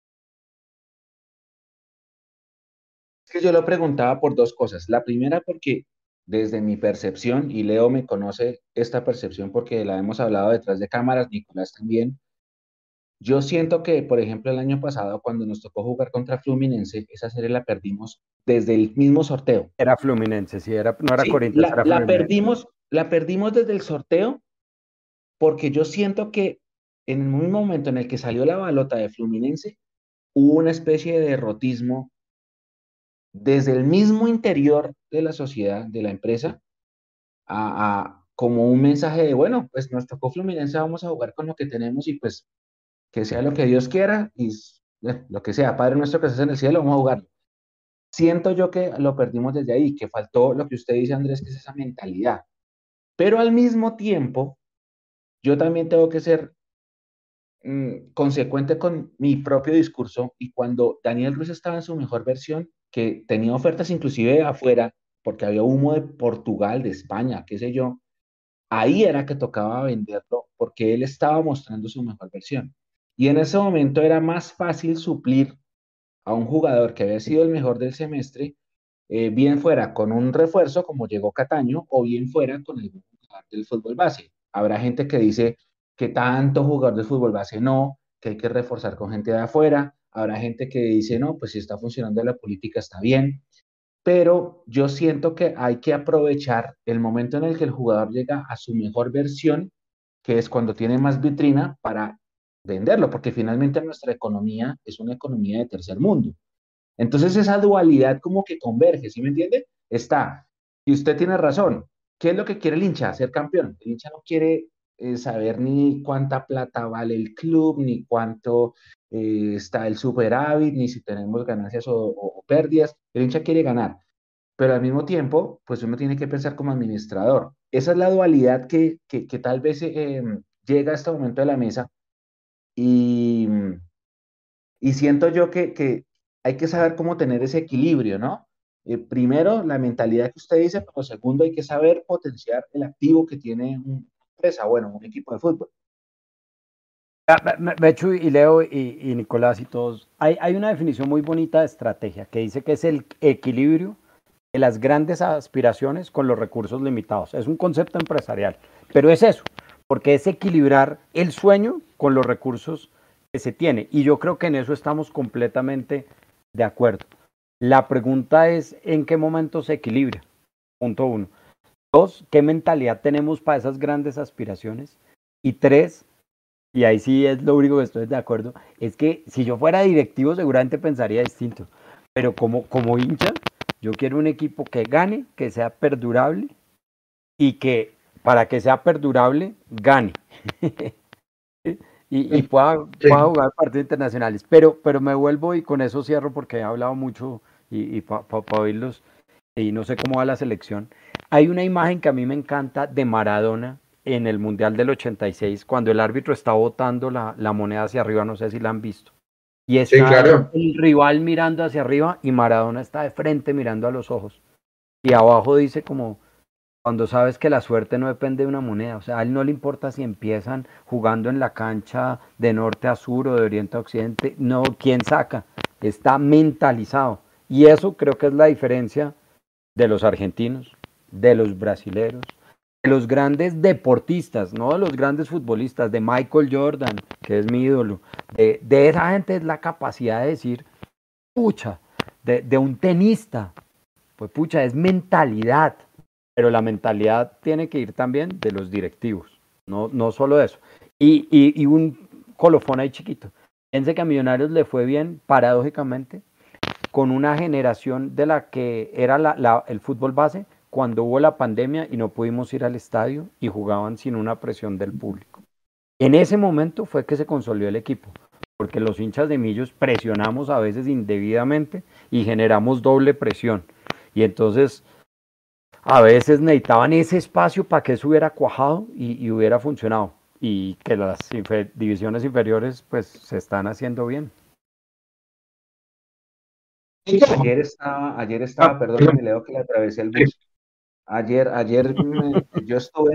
Speaker 3: Es que yo lo preguntaba por dos cosas. La primera porque desde mi percepción, y Leo me conoce esta percepción porque la hemos hablado detrás de cámaras, Nicolás también, yo siento que, por ejemplo, el año pasado cuando nos tocó jugar contra Fluminense, esa serie la perdimos desde el mismo sorteo.
Speaker 4: Era Fluminense, sí, no era
Speaker 3: Sí,
Speaker 4: Corinthians, era Fluminense.
Speaker 3: la perdimos desde el sorteo porque yo siento que en un momento en el que salió la balota de Fluminense, hubo una especie de derrotismo desde el mismo interior de la sociedad, de la empresa, como un mensaje de, bueno, pues nos tocó Fluminense, vamos a jugar con lo que tenemos y pues que sea lo que Dios quiera y lo que sea, Padre nuestro que estás en el cielo, vamos a jugar. Siento yo que lo perdimos desde ahí, que faltó lo que usted dice, Andrés, que es esa mentalidad. Pero al mismo tiempo, yo también tengo que ser consecuente con mi propio discurso y cuando Daniel Ruiz estaba en su mejor versión, que tenía ofertas inclusive afuera, porque había humo de Portugal, de España, qué sé yo, ahí era que tocaba venderlo porque él estaba mostrando su mejor versión. Y en ese momento era más fácil suplir a un jugador que había sido el mejor del semestre, bien fuera con un refuerzo como llegó Cataño o bien fuera con el jugador del fútbol base. Habrá gente que dice que tanto jugador del fútbol base no, que hay que reforzar con gente de afuera. Habrá gente que dice, no, pues si está funcionando la política está bien. Pero yo siento que hay que aprovechar el momento en el que el jugador llega a su mejor versión, que es cuando tiene más vitrina para venderlo, porque finalmente nuestra economía es una economía de tercer mundo. Entonces esa dualidad como que converge, ¿sí me entiende? Está, y usted tiene razón, ¿qué es lo que quiere el hincha? Ser campeón. El hincha no quiere saber ni cuánta plata vale el club, ni cuánto está el superávit, ni si tenemos ganancias o pérdidas. El hincha quiere ganar, pero al mismo tiempo, pues uno tiene que pensar como administrador. Esa es la dualidad que tal vez llega a este momento de la mesa y, y siento yo que hay que saber cómo tener ese equilibrio, ¿no? Primero, la mentalidad que usted dice, pero segundo, hay que saber potenciar el activo que tiene una empresa, bueno, un equipo de fútbol.
Speaker 4: Mechu y Leo y Nicolás y todos, hay una definición muy bonita de estrategia que dice que es el equilibrio de las grandes aspiraciones con los recursos limitados. Es un concepto empresarial, pero es eso, porque es equilibrar el sueño con los recursos que se tiene. Y yo creo que en eso estamos completamente de acuerdo. La pregunta es, ¿en qué momento se equilibra? Punto uno. Dos, ¿qué mentalidad tenemos para esas grandes aspiraciones? Y tres, y ahí sí es lo único que estoy de acuerdo, es que si yo fuera directivo seguramente pensaría distinto, pero como hincha, yo quiero un equipo que gane, que sea perdurable y que para que sea perdurable, gane. y pueda jugar partidos internacionales. Pero me vuelvo y con eso cierro porque he hablado mucho y para oírlos y no sé cómo va la selección. Hay una imagen que a mí me encanta de Maradona en el Mundial del 86, cuando el árbitro está botando la moneda hacia arriba, no sé si la han visto. Y está
Speaker 2: sí, claro.
Speaker 4: el rival mirando hacia arriba y Maradona está de frente mirando a los ojos. Y abajo dice como, cuando sabes que la suerte no depende de una moneda, o sea, a él no le importa si empiezan jugando en la cancha de norte a sur o de oriente a occidente, no, quién saca, está mentalizado. Y eso creo que es la diferencia de los argentinos, de los brasileros, de los grandes deportistas, no de los grandes futbolistas, de Michael Jordan, que es mi ídolo, de esa gente es la capacidad de decir, pucha, de un tenista, pues pucha, es mentalidad, pero la mentalidad tiene que ir también de los directivos, no solo eso. Y un colofón ahí chiquito. Fíjense que a Millonarios le fue bien, paradójicamente, con una generación de la que era el fútbol base cuando hubo la pandemia y no pudimos ir al estadio y jugaban sin una presión del público. En ese momento fue que se consolidó el equipo, porque los hinchas de Millos presionamos a veces indebidamente y generamos doble presión. Y entonces a veces necesitaban ese espacio para que eso hubiera cuajado y hubiera funcionado. Y que las divisiones inferiores pues se están haciendo bien.
Speaker 3: Ayer estaba, perdóneme, Leo, que le atravesé el bus. Ayer yo estuve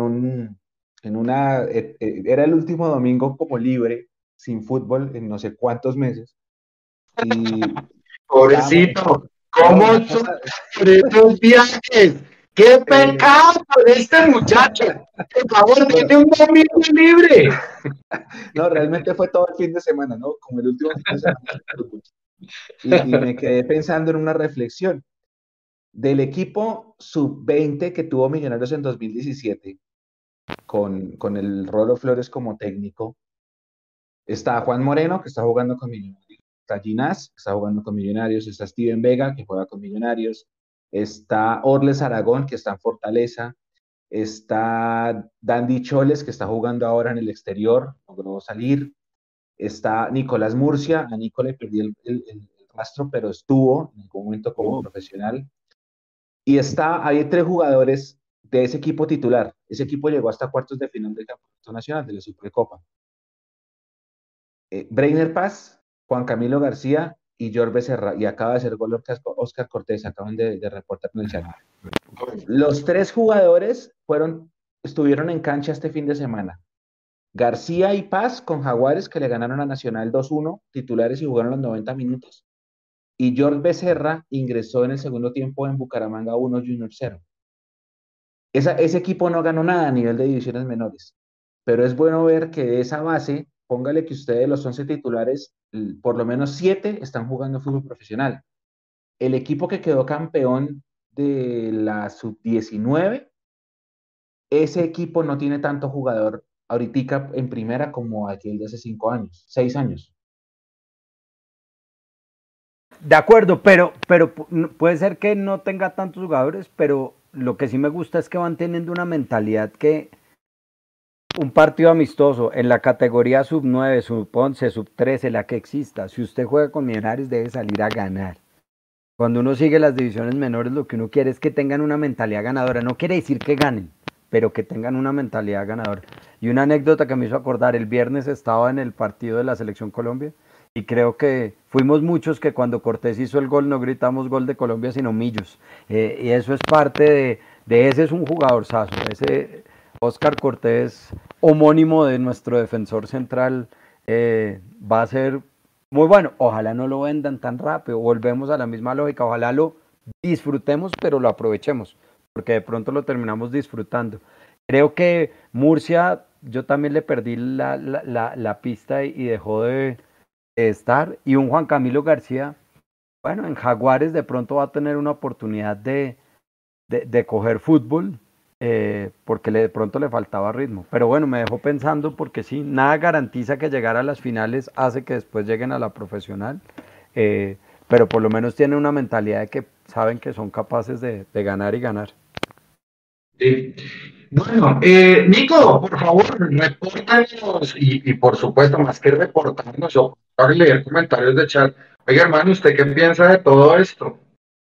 Speaker 3: era el último domingo como libre, sin fútbol, en no sé cuántos meses, y estábamos,
Speaker 2: Pobrecito,
Speaker 3: no,
Speaker 2: ¿cómo
Speaker 3: una
Speaker 2: son
Speaker 3: cosa,
Speaker 2: esos viajes? ¡Qué pecado con este muchacho! Por favor,
Speaker 3: bueno,
Speaker 2: tiene un domingo libre.
Speaker 3: no, realmente fue todo el fin de semana, ¿no? Como el último fin de semana sin fútbol. Y me quedé pensando en una reflexión. Del equipo sub-20 que tuvo Millonarios en 2017, con el Rolo Flores como técnico, está Juan Moreno, que está jugando con Millonarios, está Ginás, que está jugando con Millonarios, está Steven Vega, que juega con Millonarios, está Orles Aragón, que está en Fortaleza, está Dandy Choles, que está jugando ahora en el exterior, logró salir, está Nicolás Murcia, a Nico le perdí el rastro, pero estuvo en algún momento como profesional. Y hay tres jugadores de ese equipo titular. Ese equipo llegó hasta cuartos de final del Campeonato Nacional, de la Supercopa. Breiner Paz, Juan Camilo García y Jorge Becerra. Y acaba de ser gol Oscar Cortés, acaban de reportar en el chat. Los tres jugadores estuvieron en cancha este fin de semana. García y Paz con Jaguares, que le ganaron a Nacional 2-1, titulares y jugaron los 90 minutos. Y Jorge Becerra ingresó en el segundo tiempo en Bucaramanga 1, Junior 0. Ese equipo no ganó nada a nivel de divisiones menores, pero es bueno ver que de esa base, póngale que ustedes los 11 titulares, por lo menos 7 están jugando fútbol profesional. El equipo que quedó campeón de la sub-19, ese equipo no tiene tanto jugador ahorita en primera como aquel de hace 5 años, 6 años.
Speaker 4: De acuerdo, pero puede ser que no tenga tantos jugadores, pero lo que sí me gusta es que van teniendo una mentalidad que un partido amistoso en la categoría sub-9, sub-11, sub-13, la que exista, si usted juega con Millonarios debe salir a ganar. Cuando uno sigue las divisiones menores, lo que uno quiere es que tengan una mentalidad ganadora. No quiere decir que ganen, pero que tengan una mentalidad ganadora. Y una anécdota que me hizo acordar, el viernes estaba en el partido de la Selección Colombia y creo que fuimos muchos que cuando Cortés hizo el gol no gritamos gol de Colombia, sino Millos. Y eso es parte de ese es un jugadorzazo. Ese Oscar Cortés, homónimo de nuestro defensor central, va a ser muy bueno. Ojalá no lo vendan tan rápido. Volvemos a la misma lógica. Ojalá lo disfrutemos, pero lo aprovechemos, porque de pronto lo terminamos disfrutando. Creo que Murcia, yo también le perdí la pista y dejó de estar. Y un Juan Camilo García, bueno, en Jaguares de pronto va a tener una oportunidad de coger fútbol, porque de pronto le faltaba ritmo. Pero bueno, me dejó pensando porque sí, nada garantiza que llegar a las finales hace que después lleguen a la profesional, pero por lo menos tienen una mentalidad de que saben que son capaces de ganar y ganar.
Speaker 2: Sí. Bueno, Nico, por favor, repórtanos y por supuesto, más que reportarnos, yo para leer comentarios de chat. Oiga, hermano, ¿usted qué piensa de todo esto?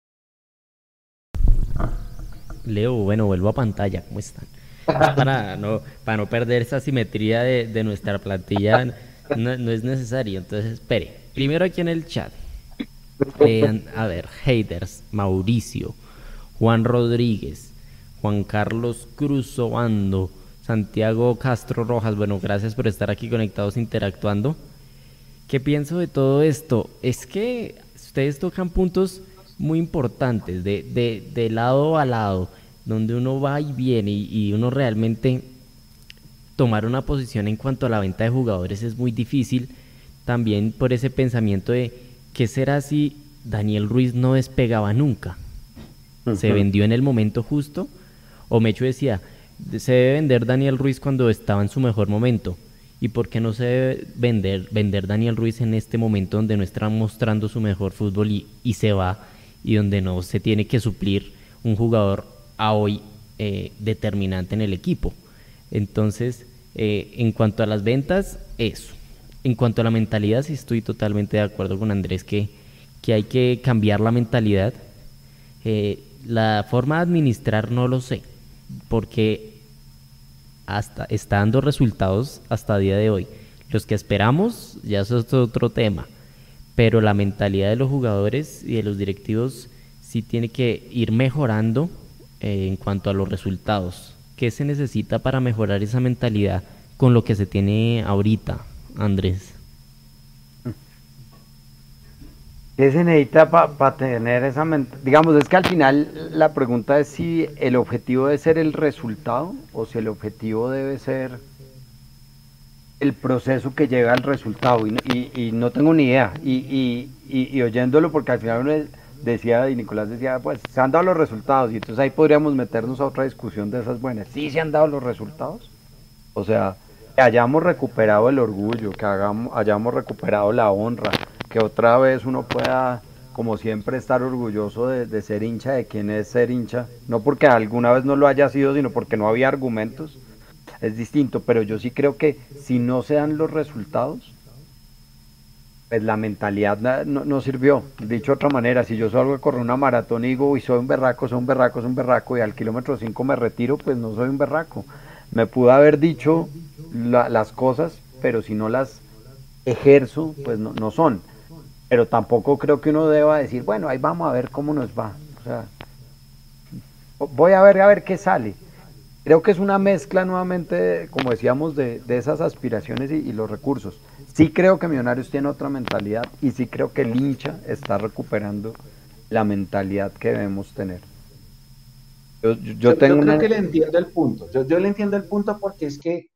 Speaker 1: Leo, bueno, vuelvo a pantalla, ¿cómo están? Es para no perder esa simetría de nuestra plantilla, no es necesario, entonces espere. Primero aquí en el chat, a ver, haters, Mauricio, Juan Rodríguez, Juan Carlos Cruz Obando, Santiago Castro Rojas, bueno, gracias por estar aquí conectados interactuando. ¿Qué pienso de todo esto? Es que ustedes tocan puntos muy importantes, de lado a lado, donde uno va y viene y uno realmente tomar una posición en cuanto a la venta de jugadores es muy difícil, también por ese pensamiento de ¿qué será si Daniel Ruiz no despegaba nunca? ¿Se vendió en el momento justo? O Mecho decía, se debe vender Daniel Ruiz cuando estaba en su mejor momento. ¿Y por qué no se debe vender Daniel Ruiz en este momento donde no está mostrando su mejor fútbol y se va, y donde no se tiene que suplir un jugador a hoy determinante en el equipo? Entonces, en cuanto a las ventas, eso. En cuanto a la mentalidad, sí estoy totalmente de acuerdo con Andrés que hay que cambiar la mentalidad. La forma de administrar no lo sé, porque hasta está dando resultados hasta día de hoy. Los que esperamos ya eso es otro tema, pero la mentalidad de los jugadores y de los directivos sí tiene que ir mejorando en cuanto a los resultados. ¿Qué se necesita para mejorar esa mentalidad con lo que se tiene ahorita, Andrés?
Speaker 4: ¿Qué se necesita para tener esa mentalidad? Digamos, es que al final la pregunta es si el objetivo debe ser el resultado o si el objetivo debe ser el proceso que llega al resultado. Y no tengo ni idea. Y oyéndolo, porque al final uno decía, y Nicolás decía, pues se han dado los resultados. Y entonces ahí podríamos meternos a otra discusión de esas buenas. ¿Sí se han dado los resultados? O sea, que hayamos recuperado el orgullo, que hayamos recuperado la honra, que otra vez uno pueda, como siempre, estar orgulloso de ser hincha, de quién es ser hincha, no porque alguna vez no lo haya sido, sino porque no había argumentos, es distinto, pero yo sí creo que si no se dan los resultados, pues la mentalidad no sirvió. Dicho de otra manera, si yo salgo a correr una maratón y digo, uy, soy un berraco, soy un berraco, soy un berraco, y al kilómetro 5 me retiro, pues no soy un berraco. Me pude haber dicho las cosas, pero si no las ejerzo, pues no son. Pero tampoco creo que uno deba decir, bueno, ahí vamos a ver cómo nos va. O sea, voy a ver qué sale. Creo que es una mezcla nuevamente, como decíamos, de esas aspiraciones y los recursos. Sí creo que Millonarios tiene otra mentalidad y sí creo que el hincha está recuperando la mentalidad que debemos tener.
Speaker 3: Yo creo que le entiendo el punto. Yo le entiendo el punto porque es que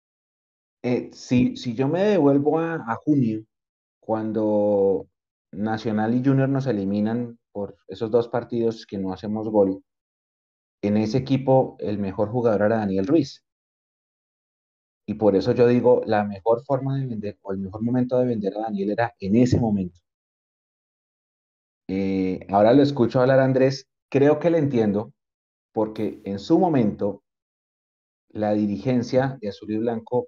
Speaker 3: si yo me devuelvo a junio, cuando Nacional y Junior nos eliminan por esos dos partidos que no hacemos gol, en ese equipo el mejor jugador era Daniel Ruiz. Y por eso yo digo, la mejor forma de vender o el mejor momento de vender a Daniel era en ese momento. Ahora lo escucho hablar a Andrés, creo que le entiendo, porque en su momento la dirigencia de Azul y Blanco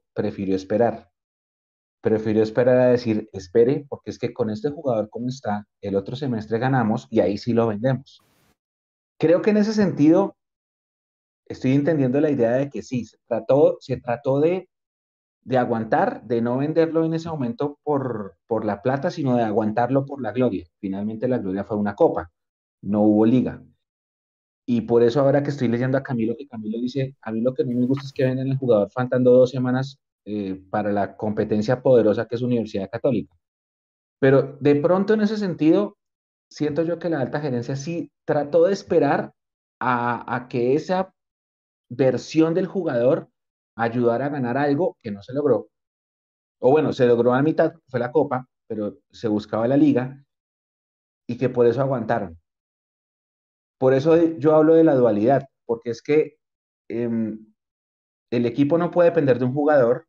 Speaker 3: prefirió esperar a decir, espere, porque es que con este jugador como está, el otro semestre ganamos y ahí sí lo vendemos. Creo que en ese sentido estoy entendiendo la idea de que sí, se trató de aguantar, de no venderlo en ese momento por la plata, sino de aguantarlo por la gloria. Finalmente la gloria fue una copa, no hubo liga. Y por eso ahora que estoy leyendo a Camilo, que Camilo dice, a mí lo que no me gusta es que vendan al jugador faltando 2 semanas para la competencia poderosa que es Universidad Católica. Pero de pronto en ese sentido, siento yo que la alta gerencia sí trató de esperar a que esa versión del jugador ayudara a ganar algo que no se logró. O bueno, se logró a mitad, fue la Copa, pero se buscaba la Liga y que por eso aguantaron. Por eso yo hablo de la dualidad, porque es que eh, el equipo no puede depender de un jugador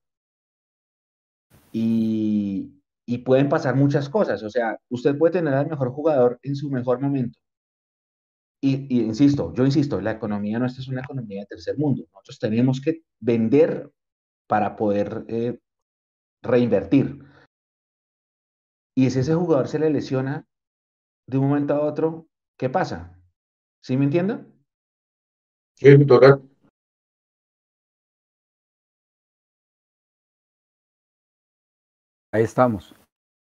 Speaker 3: y pueden pasar muchas cosas. O sea, usted puede tener al mejor jugador en su mejor momento. Yo insisto, la economía nuestra es una economía de tercer mundo. Nosotros tenemos que vender para poder reinvertir. Y si ese jugador se le lesiona de un momento a otro, ¿qué pasa? ¿Sí me entienden?
Speaker 2: Sí, total.
Speaker 4: Ahí estamos.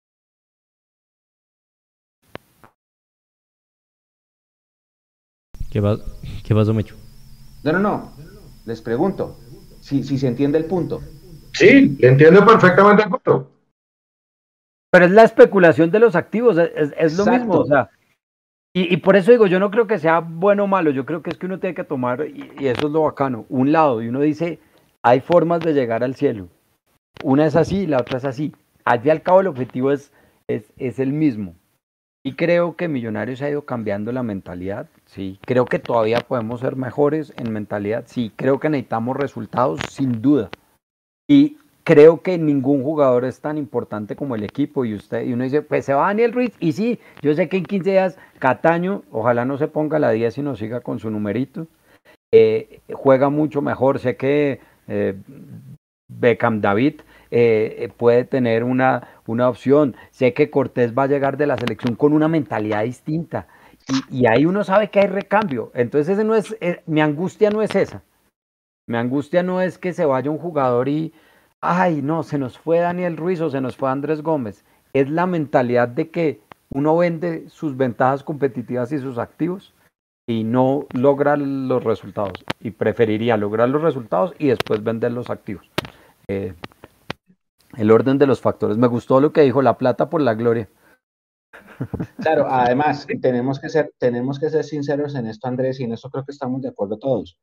Speaker 1: ¿Qué, va- ¿Qué pasó, Mecho?
Speaker 3: No. Les pregunto si se entiende el punto.
Speaker 2: Sí, le entiendo perfectamente el punto.
Speaker 4: Pero es la especulación de los activos, es lo mismo, o
Speaker 3: Exacto.
Speaker 4: sea, y por eso digo, yo no creo que sea bueno o malo, yo creo que es que uno tiene que tomar, y eso es lo bacano, un lado, y uno dice, hay formas de llegar al cielo. Una es así, la otra es así. Al fin y al cabo el objetivo es el mismo. Y creo que Millonarios ha ido cambiando la mentalidad, sí. Creo que todavía podemos ser mejores en mentalidad, sí. Creo que necesitamos resultados, sin duda. Y creo que ningún jugador es tan importante como el equipo. Y uno dice, pues se va Daniel Ruiz. Y sí, yo sé que en 15 días Cataño, ojalá no se ponga la 10 y no siga con su numerito. Juega mucho mejor. Sé que Beckham David puede tener una opción. Sé que Cortés va a llegar de la selección con una mentalidad distinta. Y ahí uno sabe que hay recambio. Entonces ese no es, mi angustia no es esa. Mi angustia no es que se vaya un jugador y, ay, no, se nos fue Daniel Ruiz o se nos fue Andrés Gómez. Es la mentalidad de que uno vende sus ventajas competitivas y sus activos y no logra los resultados. Y preferiría lograr los resultados y después vender los activos. Eh, el orden de los factores. Me gustó lo que dijo, la plata por la gloria.
Speaker 3: Claro, además, tenemos que ser sinceros en esto, Andrés, y en eso creo que estamos de acuerdo todos.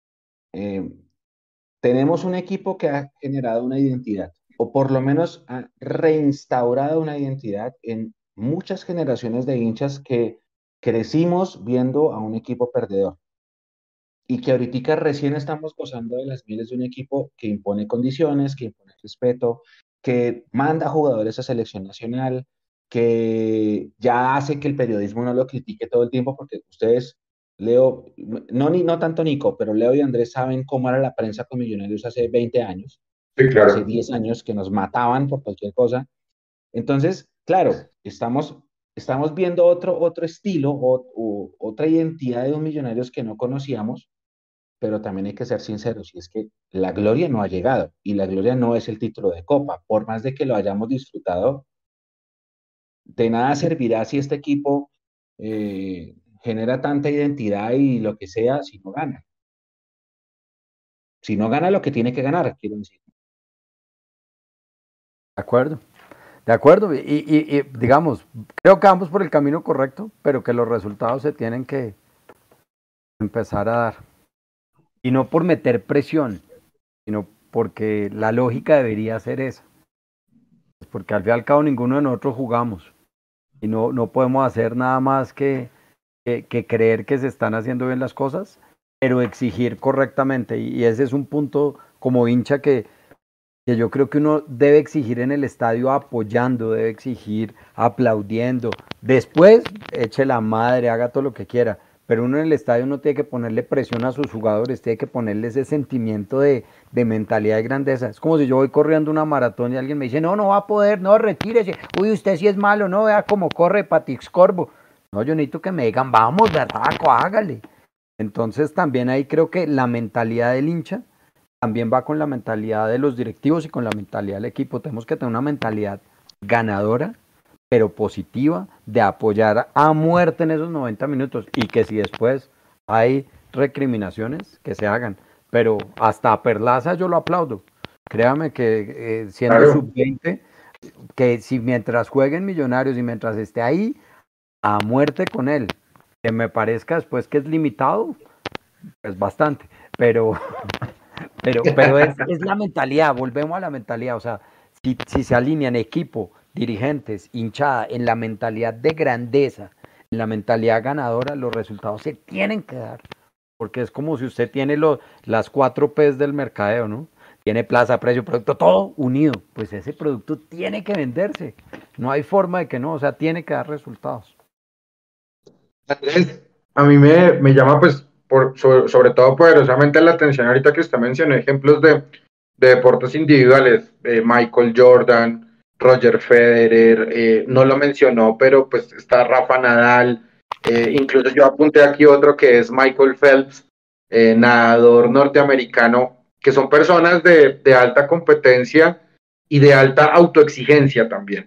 Speaker 3: Tenemos un equipo que ha generado una identidad, o por lo menos ha reinstaurado una identidad en muchas generaciones de hinchas que crecimos viendo a un equipo perdedor y que ahorita recién estamos gozando de las mieles de un equipo que impone condiciones, que impone respeto, que manda jugadores a selección nacional, que ya hace que el periodismo no lo critique todo el tiempo, porque ustedes, Leo, no tanto Nico, pero Leo y Andrés saben cómo era la prensa con Millonarios hace 20 años,
Speaker 2: Sí,
Speaker 3: o hace
Speaker 2: claro.
Speaker 3: 10 años, que nos mataban por cualquier cosa. Entonces, claro, estamos viendo otro estilo o otra identidad de un Millonarios que no conocíamos, pero también hay que ser sinceros, y es que la gloria no ha llegado, y la gloria no es el título de Copa, por más de que lo hayamos disfrutado, de nada servirá si este equipo genera tanta identidad y lo que sea si no gana. Si no gana lo que tiene que ganar, quiero decir.
Speaker 4: De acuerdo. De acuerdo. Y digamos, creo que vamos por el camino correcto, pero que los resultados se tienen que empezar a dar. Y no por meter presión, sino porque la lógica debería ser esa. Porque al fin y al cabo ninguno de nosotros jugamos. Y no podemos hacer nada más que creer que se están haciendo bien las cosas, pero exigir correctamente. Y ese es un punto como hincha que yo creo que uno debe exigir en el estadio apoyando, debe exigir aplaudiendo. Después, eche la madre, haga todo lo que quiera. Pero uno en el estadio no tiene que ponerle presión a sus jugadores, tiene que ponerle ese sentimiento de mentalidad de grandeza. Es como si yo voy corriendo una maratón y alguien me dice, no va a poder, no, retírese. Uy, usted sí es malo, no, vea cómo corre Patix Corvo. No, yo necesito que me digan, vamos, berraco, hágale. Entonces también ahí creo que la mentalidad del hincha también va con la mentalidad de los directivos y con la mentalidad del equipo. Tenemos que tener una mentalidad ganadora, pero positiva, de apoyar a muerte en esos 90 minutos y que si después hay recriminaciones, que se hagan. Pero hasta a Perlaza yo lo aplaudo. Créame que siendo
Speaker 2: Claro.
Speaker 4: sub-20, que si mientras jueguen Millonarios y mientras esté ahí, a muerte con él, que me parezca después que es limitado, pues bastante, pero es la mentalidad, volvemos a la mentalidad, o sea, si se alinean equipo, dirigentes, hinchada, en la mentalidad de grandeza, en la mentalidad ganadora, los resultados se tienen que dar, porque es como si usted tiene las 4 P's del mercadeo, ¿no? Tiene plaza, precio, producto, todo unido, pues ese producto tiene que venderse, no hay forma de que no, o sea, tiene que dar resultados.
Speaker 2: Andrés, a mí me llama pues sobre todo poderosamente la atención ahorita que usted mencionó ejemplos de deportes individuales, Michael Jordan, Roger Federer, no lo mencionó, pero pues está Rafa Nadal, incluso yo apunté aquí otro que es Michael Phelps, nadador norteamericano, que son personas de alta competencia y de alta autoexigencia también.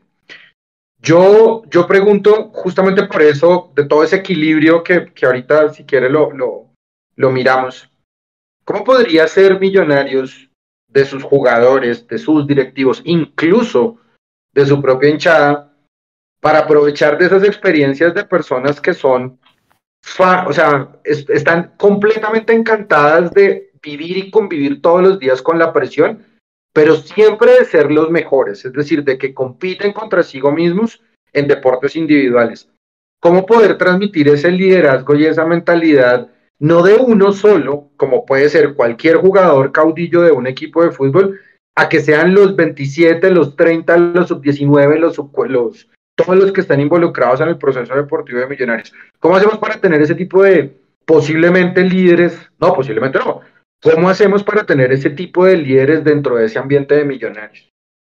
Speaker 2: Yo pregunto justamente por eso, de todo ese equilibrio que ahorita, si quiere, lo miramos. ¿Cómo podría ser Millonarios de sus jugadores, de sus directivos, incluso de su propia hinchada, para aprovechar de esas experiencias de personas que son, o sea, están completamente encantadas de vivir y convivir todos los días con la presión, pero siempre de ser los mejores, es decir, de que compiten contra sí mismos en deportes individuales? cómo poder transmitir ese liderazgo y esa mentalidad, no de uno solo, como puede ser cualquier jugador caudillo de un equipo de fútbol, a que sean los 27, los 30, los sub-19, todos los que están involucrados en el proceso deportivo de Millonarios. ¿Cómo hacemos para tener ese tipo de posiblemente líderes? No, posiblemente no. ¿Cómo hacemos para tener ese tipo de líderes dentro de ese ambiente de Millonarios?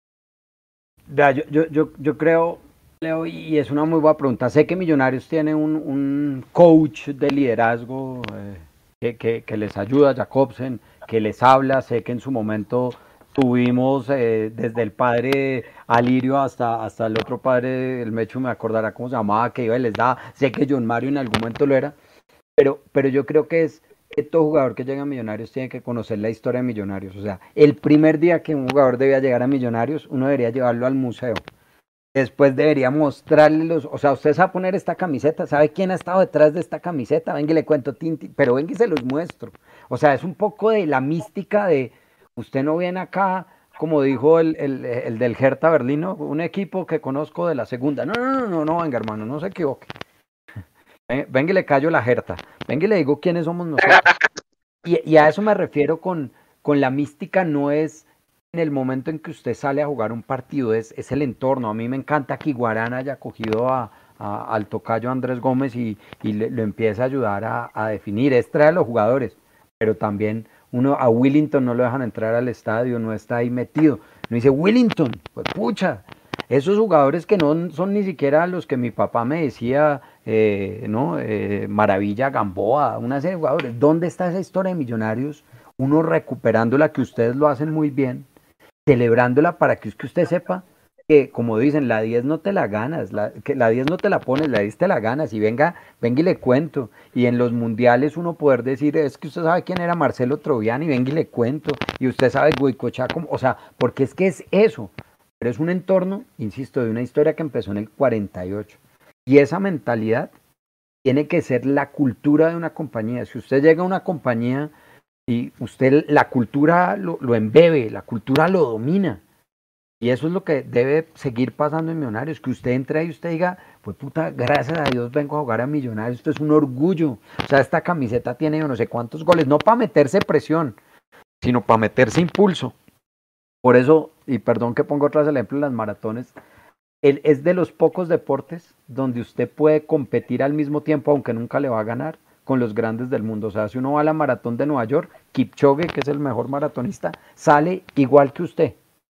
Speaker 4: Yo creo, Leo, y es una muy buena pregunta. Sé que Millonarios tiene un coach de liderazgo que les ayuda, Jacobsen, que les habla. Sé que en su momento tuvimos desde el padre Alirio hasta el otro padre, el Mechu me acordará cómo se llamaba, que iba y les daba. Sé que John Mario en algún momento lo era, pero yo creo que todo jugador que llega a Millonarios tiene que conocer la historia de Millonarios. O sea, el primer día que un jugador debía llegar a Millonarios, uno debería llevarlo al museo. Después debería mostrarle o sea, usted sabe poner esta camiseta, sabe quién ha estado detrás de esta camiseta, venga y le cuento, pero venga y se los muestro. O sea, es un poco de la mística de, usted no viene acá, como dijo el del Hertha Berlín, ¿no? Un equipo que conozco de la segunda. No, venga hermano, no se equivoque. Venga y le callo la Hertha, venga y le digo quiénes somos nosotros. Y a eso me refiero con la mística, no es en el momento en que usted sale a jugar un partido, es el entorno. A mí me encanta que Iguarán haya cogido al tocayo Andrés Gómez y lo empiece a ayudar a definir. Es traer a los jugadores, pero también a Willington no lo dejan entrar al estadio, no está ahí metido. No dice Willington, pues pucha, esos jugadores que no son ni siquiera los que mi papá me decía, Maravilla, Gamboa, una serie de jugadores. ¿Dónde está esa historia de Millonarios? Uno recuperándola, que ustedes lo hacen muy bien, celebrándola para que usted sepa que, como dicen, la 10 no te la ganas, que la 10 no te la pones, la 10 te la ganas, y venga y le cuento. Y en los mundiales uno poder decir, es que usted sabe quién era Marcelo Troviani, venga y le cuento, y usted sabe Goicoechea, o sea, porque es que es eso, pero es un entorno, insisto, de una historia que empezó en el 48, y esa mentalidad tiene que ser la cultura de una compañía. Si usted llega a una compañía y usted la cultura lo embebe, la cultura lo domina. Y eso es lo que debe seguir pasando en Millonarios, que usted entre y usted diga, pues puta, gracias a Dios vengo a jugar a Millonarios, esto es un orgullo. O sea, esta camiseta tiene yo no sé cuántos goles, no para meterse presión, sino para meterse impulso. Por eso, y perdón que pongo otro ejemplo en las maratones, es de los pocos deportes donde usted puede competir al mismo tiempo, aunque nunca le va a ganar, con los grandes del mundo. O sea, si uno va a la maratón de Nueva York, Kipchoge, que es el mejor maratonista, sale igual que usted.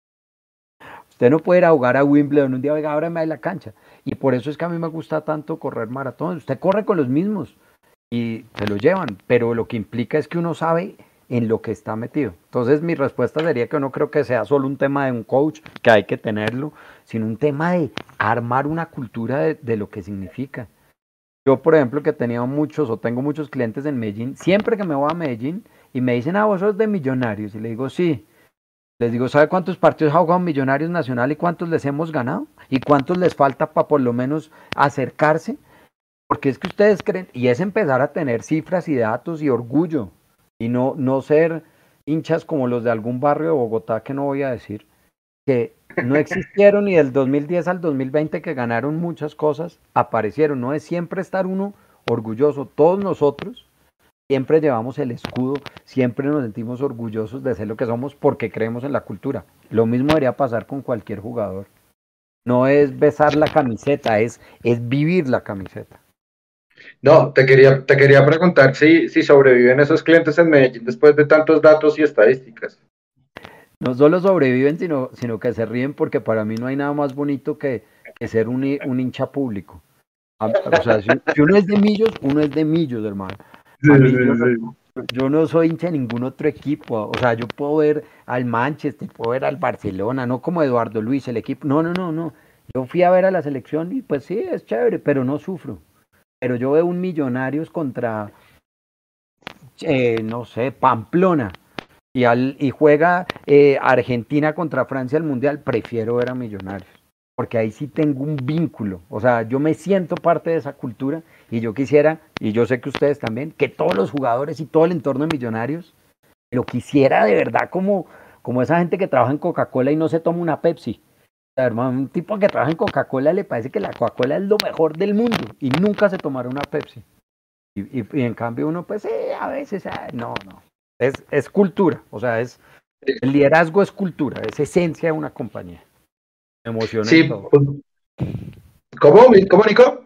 Speaker 4: Usted no puede ir a jugar a Wimbledon un día, oiga, ábreme ahí la cancha. Y por eso es que a mí me gusta tanto correr maratón. Usted corre con los mismos y se lo llevan, pero lo que implica es que uno sabe en lo que está metido. Entonces mi respuesta sería que no creo que sea solo un tema de un coach, que hay que tenerlo, sino un tema de armar una cultura de lo que significa. Yo, por ejemplo, que tengo muchos clientes en Medellín, siempre que me voy a Medellín y me dicen, vos sos de Millonarios, y le digo, sí. Les digo, ¿sabe cuántos partidos ha jugado Millonarios Nacional y cuántos les hemos ganado? ¿Y cuántos les falta para por lo menos acercarse? Porque es que ustedes creen, y es empezar a tener cifras y datos y orgullo, y no ser hinchas como los de algún barrio de Bogotá, que no voy a decir, que no existieron y del 2010 al 2020 que ganaron muchas cosas, aparecieron. No es siempre estar uno orgulloso. Todos nosotros siempre llevamos el escudo, siempre nos sentimos orgullosos de ser lo que somos porque creemos en la cultura. Lo mismo debería pasar con cualquier jugador. No es besar la camiseta, es vivir la camiseta.
Speaker 2: No, te quería preguntar si sobreviven esos clientes en Medellín después de tantos datos y estadísticas.
Speaker 4: No solo sobreviven, sino que se ríen, porque para mí no hay nada más bonito que ser un hincha público. O sea, si uno es de Millos, hermano. Yo no soy hincha de ningún otro equipo. O sea, yo puedo ver al Manchester, puedo ver al Barcelona, no como Eduardo Luis, el equipo. No. Yo fui a ver a la selección y pues sí, es chévere, pero no sufro. Pero yo veo un Millonarios contra, no sé, Pamplona. Y juega Argentina contra Francia el Mundial, prefiero ver a Millonarios, porque ahí sí tengo un vínculo. O sea, yo me siento parte de esa cultura y yo quisiera, y yo sé que ustedes también, que todos los jugadores y todo el entorno de Millonarios lo quisiera de verdad como esa gente que trabaja en Coca-Cola y no se toma una Pepsi. sea, hermano, un tipo que trabaja en Coca-Cola le parece que la Coca-Cola es lo mejor del mundo y nunca se tomará una Pepsi. Y en cambio uno, pues a veces, no, no. Es cultura, o sea, el liderazgo es cultura, es esencia de una compañía. Me emociona
Speaker 2: Sí,
Speaker 4: y todo.
Speaker 2: ¿Cómo, Nico?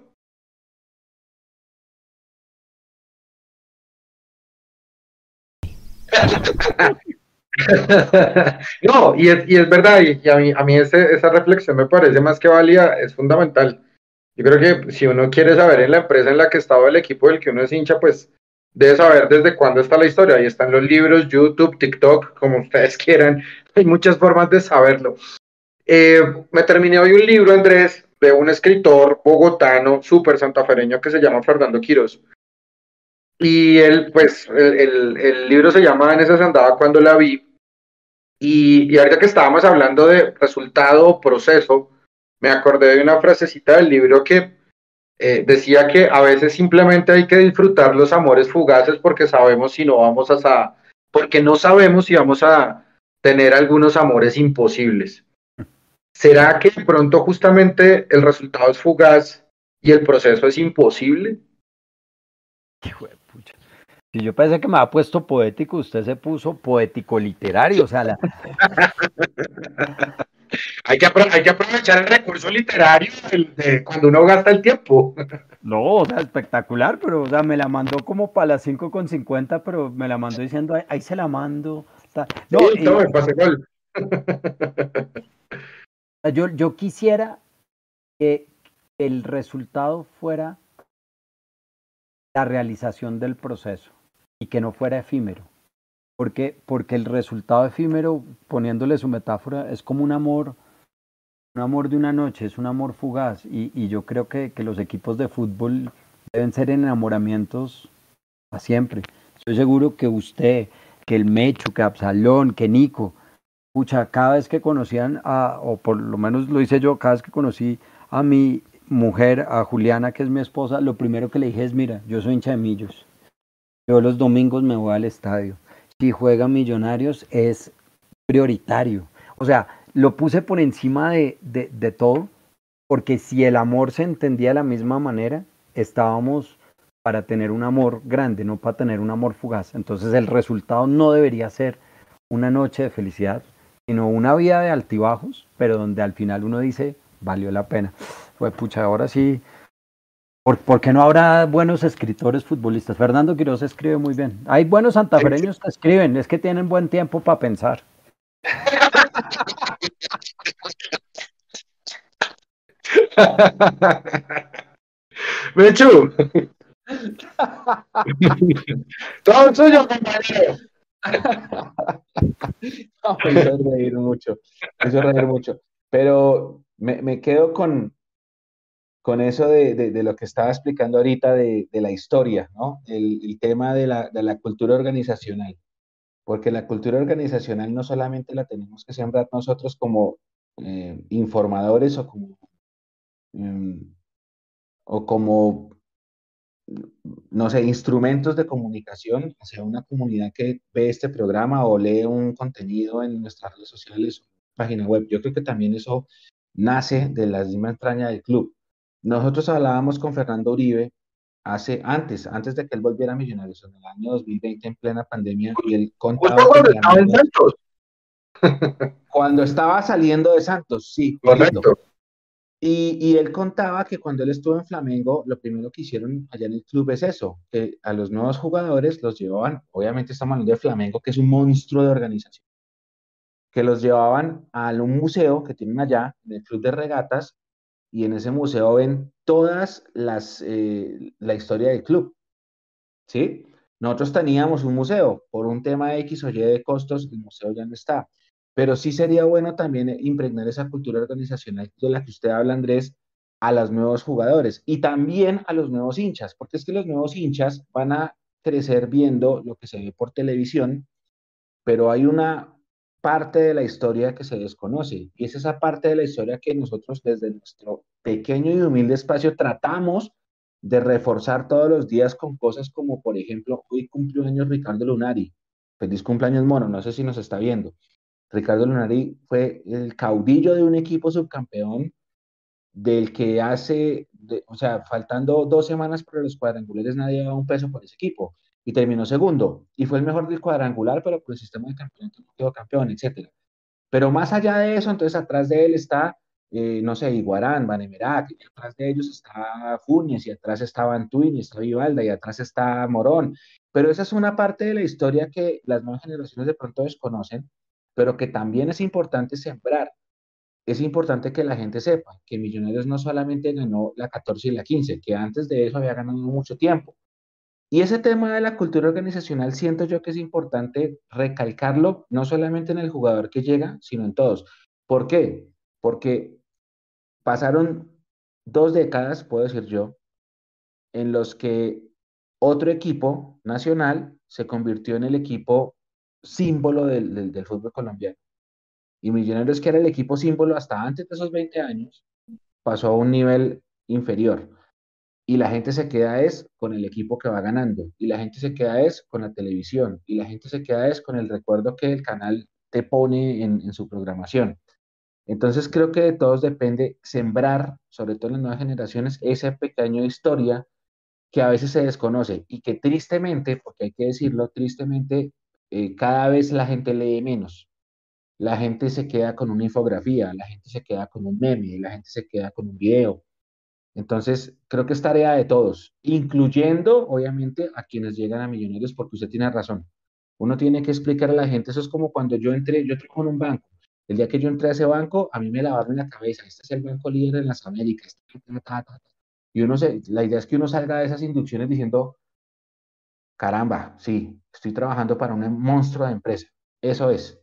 Speaker 2: No, y es verdad, y a mí esa reflexión me parece más que válida, es fundamental. Yo creo que si uno quiere saber en la empresa en la que estaba el equipo del que uno es hincha, pues debe saber desde cuándo está la historia. Ahí están los libros, YouTube, TikTok, como ustedes quieran. Hay muchas formas de saberlo. Me terminé hoy un libro, Andrés, de un escritor bogotano, súper santafereño, que se llama Fernando Quirós. Y él, pues, el libro se llama En esa se andaba cuando la vi. Y ahorita que estábamos hablando de resultado o proceso, me acordé de una frasecita del libro que decía que a veces simplemente hay que disfrutar los amores fugaces porque sabemos si no vamos porque no sabemos si vamos a tener algunos amores imposibles. ¿Será que de pronto justamente el resultado es fugaz y el proceso es imposible?
Speaker 4: Hijo de pucha. Si yo pensé que me había puesto poético, usted se puso poético literario, o sea,
Speaker 2: Hay que aprovechar el recurso literario de cuando uno gasta el tiempo.
Speaker 4: no, o sea, espectacular, pero, o sea, me la mandó como para las 5:50, pero me la mandó diciendo, ahí se la mando. No,
Speaker 2: Sí, tome, pase gol.
Speaker 4: yo quisiera que el resultado fuera la realización del proceso y que no fuera efímero. Porque el resultado efímero, poniéndole su metáfora, es como un amor de una noche, es un amor fugaz. Y yo creo que los equipos de fútbol deben ser enamoramientos a siempre. Estoy seguro que usted, que el Mechu, que Absalón, que Nico, pucha, cada vez que conocían o por lo menos lo hice yo, cada vez que conocí a mi mujer, a Juliana, que es mi esposa, lo primero que le dije es, mira, yo soy hincha de Millos. Yo los domingos me voy al estadio. Si juega Millonarios es prioritario. O sea, lo puse por encima de todo, porque si el amor se entendía de la misma manera, estábamos para tener un amor grande, no para tener un amor fugaz. Entonces el resultado no debería ser una noche de felicidad, sino una vida de altibajos, pero donde al final uno dice, valió la pena. Pues pucha, ahora sí, ¿por qué no habrá buenos escritores futbolistas? Fernando Quiroz escribe muy bien. Hay buenos santafereños que escriben, es que tienen buen tiempo para pensar.
Speaker 2: Mechu, todo suyo, compañero.
Speaker 3: No, me hizo reír mucho, me hizo reír mucho. Pero me quedo con eso de lo que estaba explicando ahorita de la historia, ¿no? El tema de la cultura organizacional. Porque la cultura organizacional no solamente la tenemos que sembrar nosotros como informadores mm, o como, no sé, instrumentos de comunicación hacia una comunidad que ve este programa o lee un contenido en nuestras redes sociales o página web. Yo creo que también eso nace de la misma entraña del club. Nosotros hablábamos con Fernando Uribe antes de que él volviera a Millonarios, en el año 2020, en plena pandemia, y él
Speaker 2: Justo
Speaker 3: contaba que
Speaker 2: cuando estaba en
Speaker 3: Flamengo,
Speaker 2: Santos.
Speaker 3: cuando estaba saliendo de Santos, sí, correcto.
Speaker 2: Correcto.
Speaker 3: Y él contaba que cuando él estuvo en Flamengo, lo primero que hicieron allá en el club es eso, que a los nuevos jugadores los llevaban, obviamente estamos hablando de Flamengo, que es un monstruo de organización, que los llevaban a un museo que tienen allá, en el club de regatas, y en ese museo ven la historia del club, ¿sí? Nosotros teníamos un museo, por un tema X o Y de costos, el museo ya no está. Pero sí sería bueno también impregnar esa cultura organizacional de la que usted habla, Andrés, a los nuevos jugadores y también a los nuevos hinchas, porque es que los nuevos hinchas van a crecer viendo lo que se ve por televisión, pero hay una parte de la historia que se desconoce y es esa parte de la historia que nosotros desde nuestro pequeño y humilde espacio tratamos de reforzar todos los días con cosas como, por ejemplo, hoy cumplió años Ricardo Lunari. Feliz cumpleaños, mono, no sé si nos está viendo. Ricardo Lunari fue el caudillo de un equipo subcampeón del que o sea, faltando 2 semanas para los cuadrangulares, nadie daba un peso por ese equipo y terminó segundo. Y fue el mejor del cuadrangular, pero por el sistema de campeonato no quedó campeón, etcétera. Pero más allá de eso, entonces atrás de él está, no sé, Iguarán, Vanemerac, y atrás de ellos está Funes, y atrás está Bantuin, y está Vivalda, y atrás está Morón. Pero esa es una parte de la historia que las nuevas generaciones de pronto desconocen, pero que también es importante sembrar. Es importante que la gente sepa que Millonarios no solamente ganó la 14 y la 15, que antes de eso había ganado mucho tiempo. Y ese tema de la cultura organizacional siento yo que es importante recalcarlo, no solamente en el jugador que llega, sino en todos. ¿Por qué? Porque pasaron 2 décadas, puedo decir yo, en los que otro equipo nacional se convirtió en el equipo símbolo del fútbol colombiano. Y Millonarios, que era el equipo símbolo hasta antes de esos 20 años, pasó a un nivel inferior. Y la gente se queda es con el equipo que va ganando, y la gente se queda es con la televisión, y la gente se queda es con el recuerdo que el canal te pone en su programación. Entonces creo que de todos depende sembrar, sobre todo en las nuevas generaciones, esa pequeña historia que a veces se desconoce y que tristemente, porque hay que decirlo, tristemente, cada vez la gente lee menos. La gente se queda con una infografía, la gente se queda con un meme, la gente se queda con un video. Entonces, creo que es tarea de todos, incluyendo, obviamente, a quienes llegan a Millonarios, porque usted tiene razón. Uno tiene que explicar a la gente, eso es como cuando yo trabajo en un banco. El día que yo entré a ese banco, a mí me lavaron la cabeza. Este es el banco líder en las Américas. Y la idea es que uno salga de esas inducciones diciendo, caramba, sí, estoy trabajando para un monstruo de empresa. Eso es.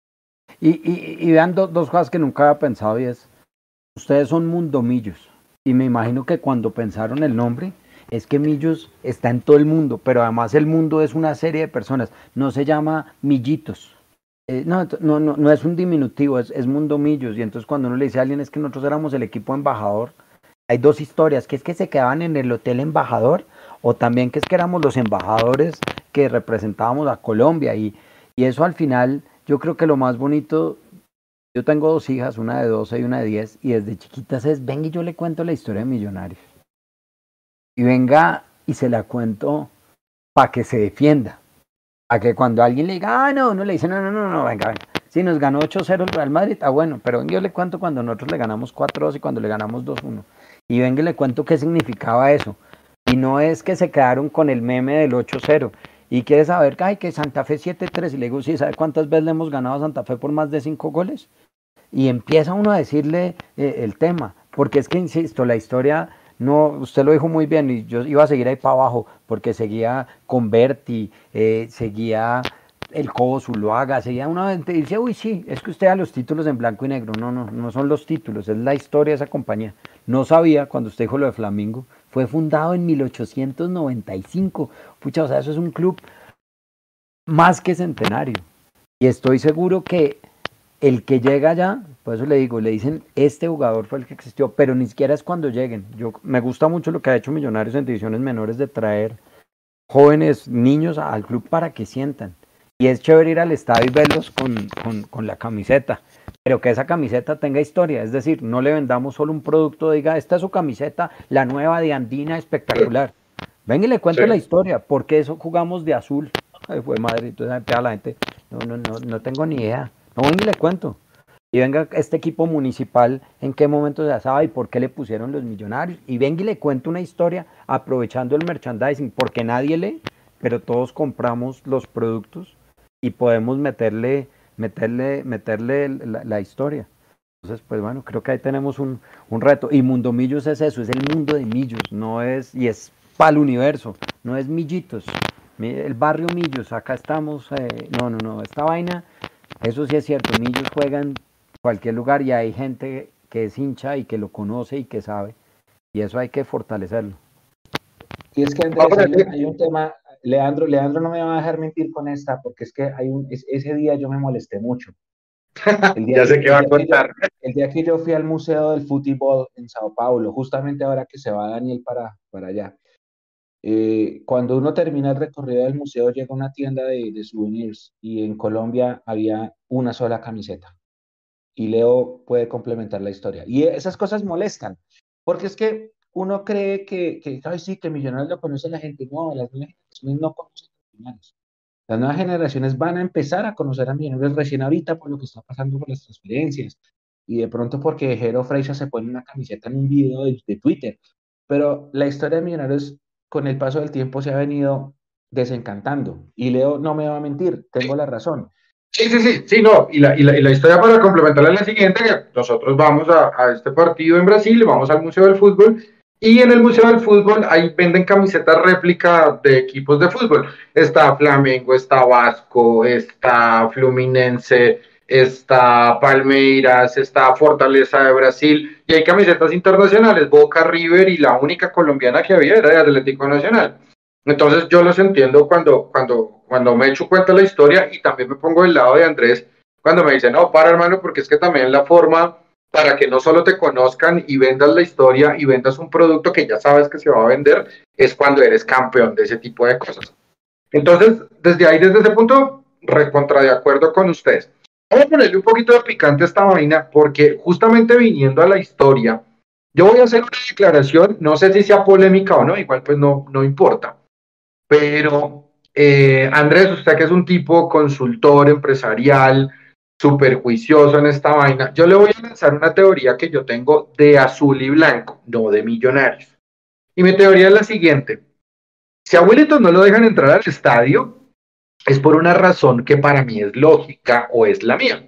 Speaker 4: Y vean dos cosas que nunca había pensado y es, ustedes son mundomillos. Y me imagino que cuando pensaron el nombre, es que Millos está en todo el mundo, pero además el mundo es una serie de personas, no se llama Millitos. No es un diminutivo, es Mundo Millos. Y entonces cuando uno le dice a alguien es que nosotros éramos el equipo embajador, hay dos historias, que es que se quedaban en el hotel embajador, o también que es que éramos los embajadores que representábamos a Colombia. Y eso al final, yo creo que lo más bonito, yo tengo 2 hijas, una de 12 y una de 10, y desde chiquitas es, venga y yo le cuento la historia de Millonarios. Y venga y se la cuento para que se defienda. A que cuando alguien le diga, no, uno le dice, no, venga. Si nos ganó 8-0 el Real Madrid, bueno, pero venga yo le cuento cuando nosotros le ganamos 4-2 y cuando le ganamos 2-1. Y venga y le cuento qué significaba eso. Y no es que se quedaron con el meme del 8-0. Y quiere saber que Santa Fe 7-3. Y le digo, sí, ¿sabe cuántas veces le hemos ganado a Santa Fe por más de 5 goles? Y empieza uno a decirle el tema, porque es que, insisto, la historia, no, usted lo dijo muy bien, y yo iba a seguir ahí para abajo, porque seguía con Berti, seguía el Cobo Zuluaga, seguía una vez, y dice, uy, sí, es que usted da los títulos en blanco y negro. No son los títulos, es la historia de esa compañía. No sabía, cuando usted dijo lo de Flamingo, fue fundado en 1895. Pucha, o sea, eso es un club más que centenario. Y estoy seguro que el que llega allá, por eso le digo, le dicen, este jugador fue el que existió, pero ni siquiera es cuando lleguen. Me gusta mucho lo que ha hecho Millonarios en divisiones menores de traer jóvenes, niños al club para que sientan. Y es chévere ir al estadio y verlos con la camiseta, pero que esa camiseta tenga historia, es decir, no le vendamos solo un producto, diga, esta es su camiseta, la nueva de Andina, espectacular. Venga y le cuento la historia, porque eso jugamos de azul. Ay, fue madre, entonces a la gente, no tengo ni idea. No, venga y le cuento. Y venga este equipo municipal, en qué momento se sabe y por qué le pusieron los Millonarios. Y venga y le cuento una historia aprovechando el merchandising, porque nadie lee, pero todos compramos los productos y podemos meterle la historia. Entonces, pues bueno, creo que ahí tenemos un reto. Y Mundo Millos es eso, es el mundo de Millos, no es, y es para el universo, no es Millitos. El barrio Millos, acá estamos, esta vaina, eso sí es cierto, Millos juega en cualquier lugar y hay gente que es hincha y que lo conoce y que sabe, y eso hay que fortalecerlo.
Speaker 3: Y es que Andrés, hay un tema, Leandro no me va a dejar mentir con esta, porque es que ese día yo me molesté mucho.
Speaker 2: Ya sé qué va a contar.
Speaker 3: El día que yo fui al Museo del Fútbol en Sao Paulo, justamente ahora que se va Daniel para allá, Cuando uno termina el recorrido del museo, llega a una tienda de souvenirs y en Colombia había una sola camiseta. Y Leo puede complementar la historia. Y esas cosas molestan, porque es que uno cree ay, sí, que Millonarios lo conoce la gente. No, las nuevas generaciones no conocen a Millonarios. Las nuevas generaciones van a empezar a conocer a Millonarios recién ahorita por lo que está pasando con las transferencias. Y de pronto porque Jero Freixa se pone una camiseta en un video de Twitter. Pero la historia de Millonarios con el paso del tiempo se ha venido desencantando. Y Leo no me va a mentir, tengo la razón.
Speaker 2: Sí, no, y la historia para complementarla es la siguiente, que nosotros vamos a este partido en Brasil, vamos al Museo del Fútbol, y en el Museo del Fútbol ahí venden camisetas réplica de equipos de fútbol. Está Flamengo, está Vasco, está Fluminense, está Palmeiras, está Fortaleza de Brasil, y hay camisetas internacionales, Boca, River, y la única colombiana que había era de Atlético Nacional. Entonces yo los entiendo cuando me echo cuenta de la historia y también me pongo del lado de Andrés cuando me dice, no, para hermano, porque es que también la forma para que no solo te conozcan y vendas la historia y vendas un producto que ya sabes que se va a vender, es cuando eres campeón de ese tipo de cosas. Entonces, desde ahí, desde ese punto, recontra de acuerdo con ustedes. Vamos a ponerle un poquito de picante a esta vaina, porque justamente viniendo a la historia, yo voy a hacer una declaración, no sé si sea polémica o no, igual pues no importa. Pero Andrés, usted que es un tipo consultor empresarial, súper juicioso en esta vaina, yo le voy a lanzar una teoría que yo tengo de azul y blanco, no de millonarios. Y mi teoría es la siguiente. Si a Wellington no lo dejan entrar al estadio, es por una razón que para mí es lógica o es la mía.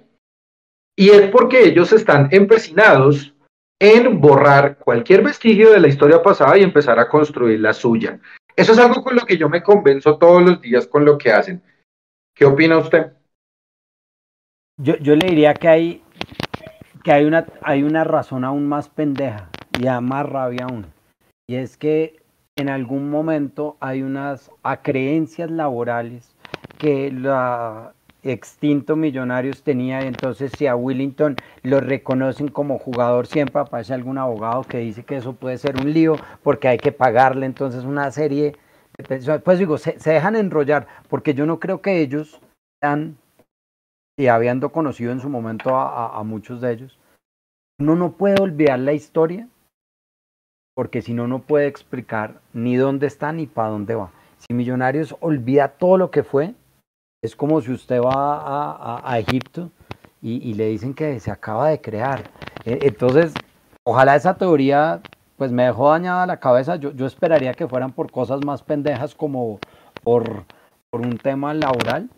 Speaker 2: Y es porque ellos están empecinados en borrar cualquier vestigio de la historia pasada y empezar a construir la suya. Eso es algo con lo que yo me convenzo todos los días con lo que hacen. ¿Qué opina usted?
Speaker 4: Yo le diría que hay una razón aún más pendeja y a más rabia aún. Y es que en algún momento hay unas acreencias laborales que la extinto Millonarios tenía, y entonces si a Willington lo reconocen como jugador, siempre aparece algún abogado que dice que eso puede ser un lío porque hay que pagarle entonces una serie pues digo, se dejan enrollar, porque yo no creo que ellos sean, y habiendo conocido en su momento a muchos de ellos, uno no puede olvidar la historia, porque si no, no puede explicar ni dónde está ni para dónde va. Si Millonarios olvida todo lo que fue, es como si usted va a Egipto y le dicen que se acaba de crear. Entonces, ojalá esa teoría pues me dejó dañada la cabeza. Yo esperaría que fueran por cosas más pendejas como por un tema laboral.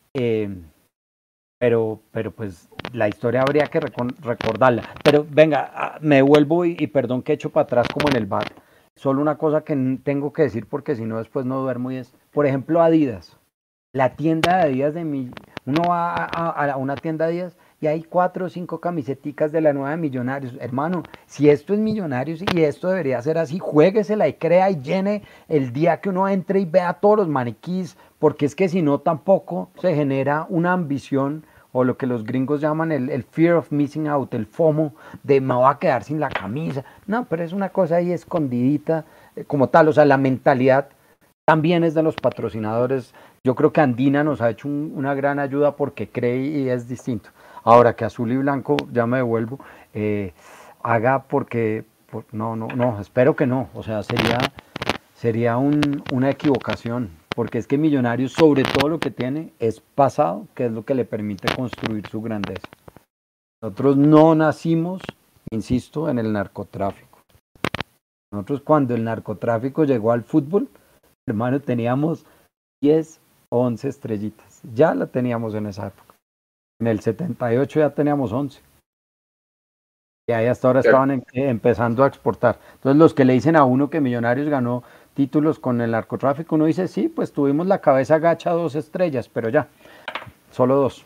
Speaker 4: Pero pues la historia habría que recordarla. Pero venga, me vuelvo y perdón que echo para atrás como en el bar. Solo una cosa que tengo que decir porque si no después no duermo y es, por ejemplo, Adidas. La tienda de Adidas uno va a una tienda de Adidas y hay 4 o 5 camiseticas de la nueva de Millonarios. Hermano, si esto es Millonarios y esto debería ser así, juéguesela y crea y llene el día que uno entre y vea todos los maniquís, porque es que si no tampoco se genera una ambición o lo que los gringos llaman el fear of missing out, el FOMO de me voy a quedar sin la camisa. No, pero es una cosa ahí escondidita como tal, o sea, la mentalidad también es de los patrocinadores. Yo creo que Andina nos ha hecho una gran ayuda porque cree y es distinto. Ahora que azul y blanco, ya me devuelvo, haga porque, no, espero que no. O sea, sería una equivocación, porque es que Millonarios, sobre todo lo que tiene, es pasado, que es lo que le permite construir su grandeza. Nosotros no nacimos, insisto, en el narcotráfico. Nosotros cuando el narcotráfico llegó al fútbol, hermano, teníamos 10 o 11 estrellitas. Ya la teníamos en esa época. En el 78 ya teníamos 11. Y ahí hasta ahora estaban empezando a exportar. Entonces los que le dicen a uno que Millonarios ganó títulos con el narcotráfico, uno dice, sí, pues tuvimos la cabeza gacha 2 estrellas, pero ya, solo 2.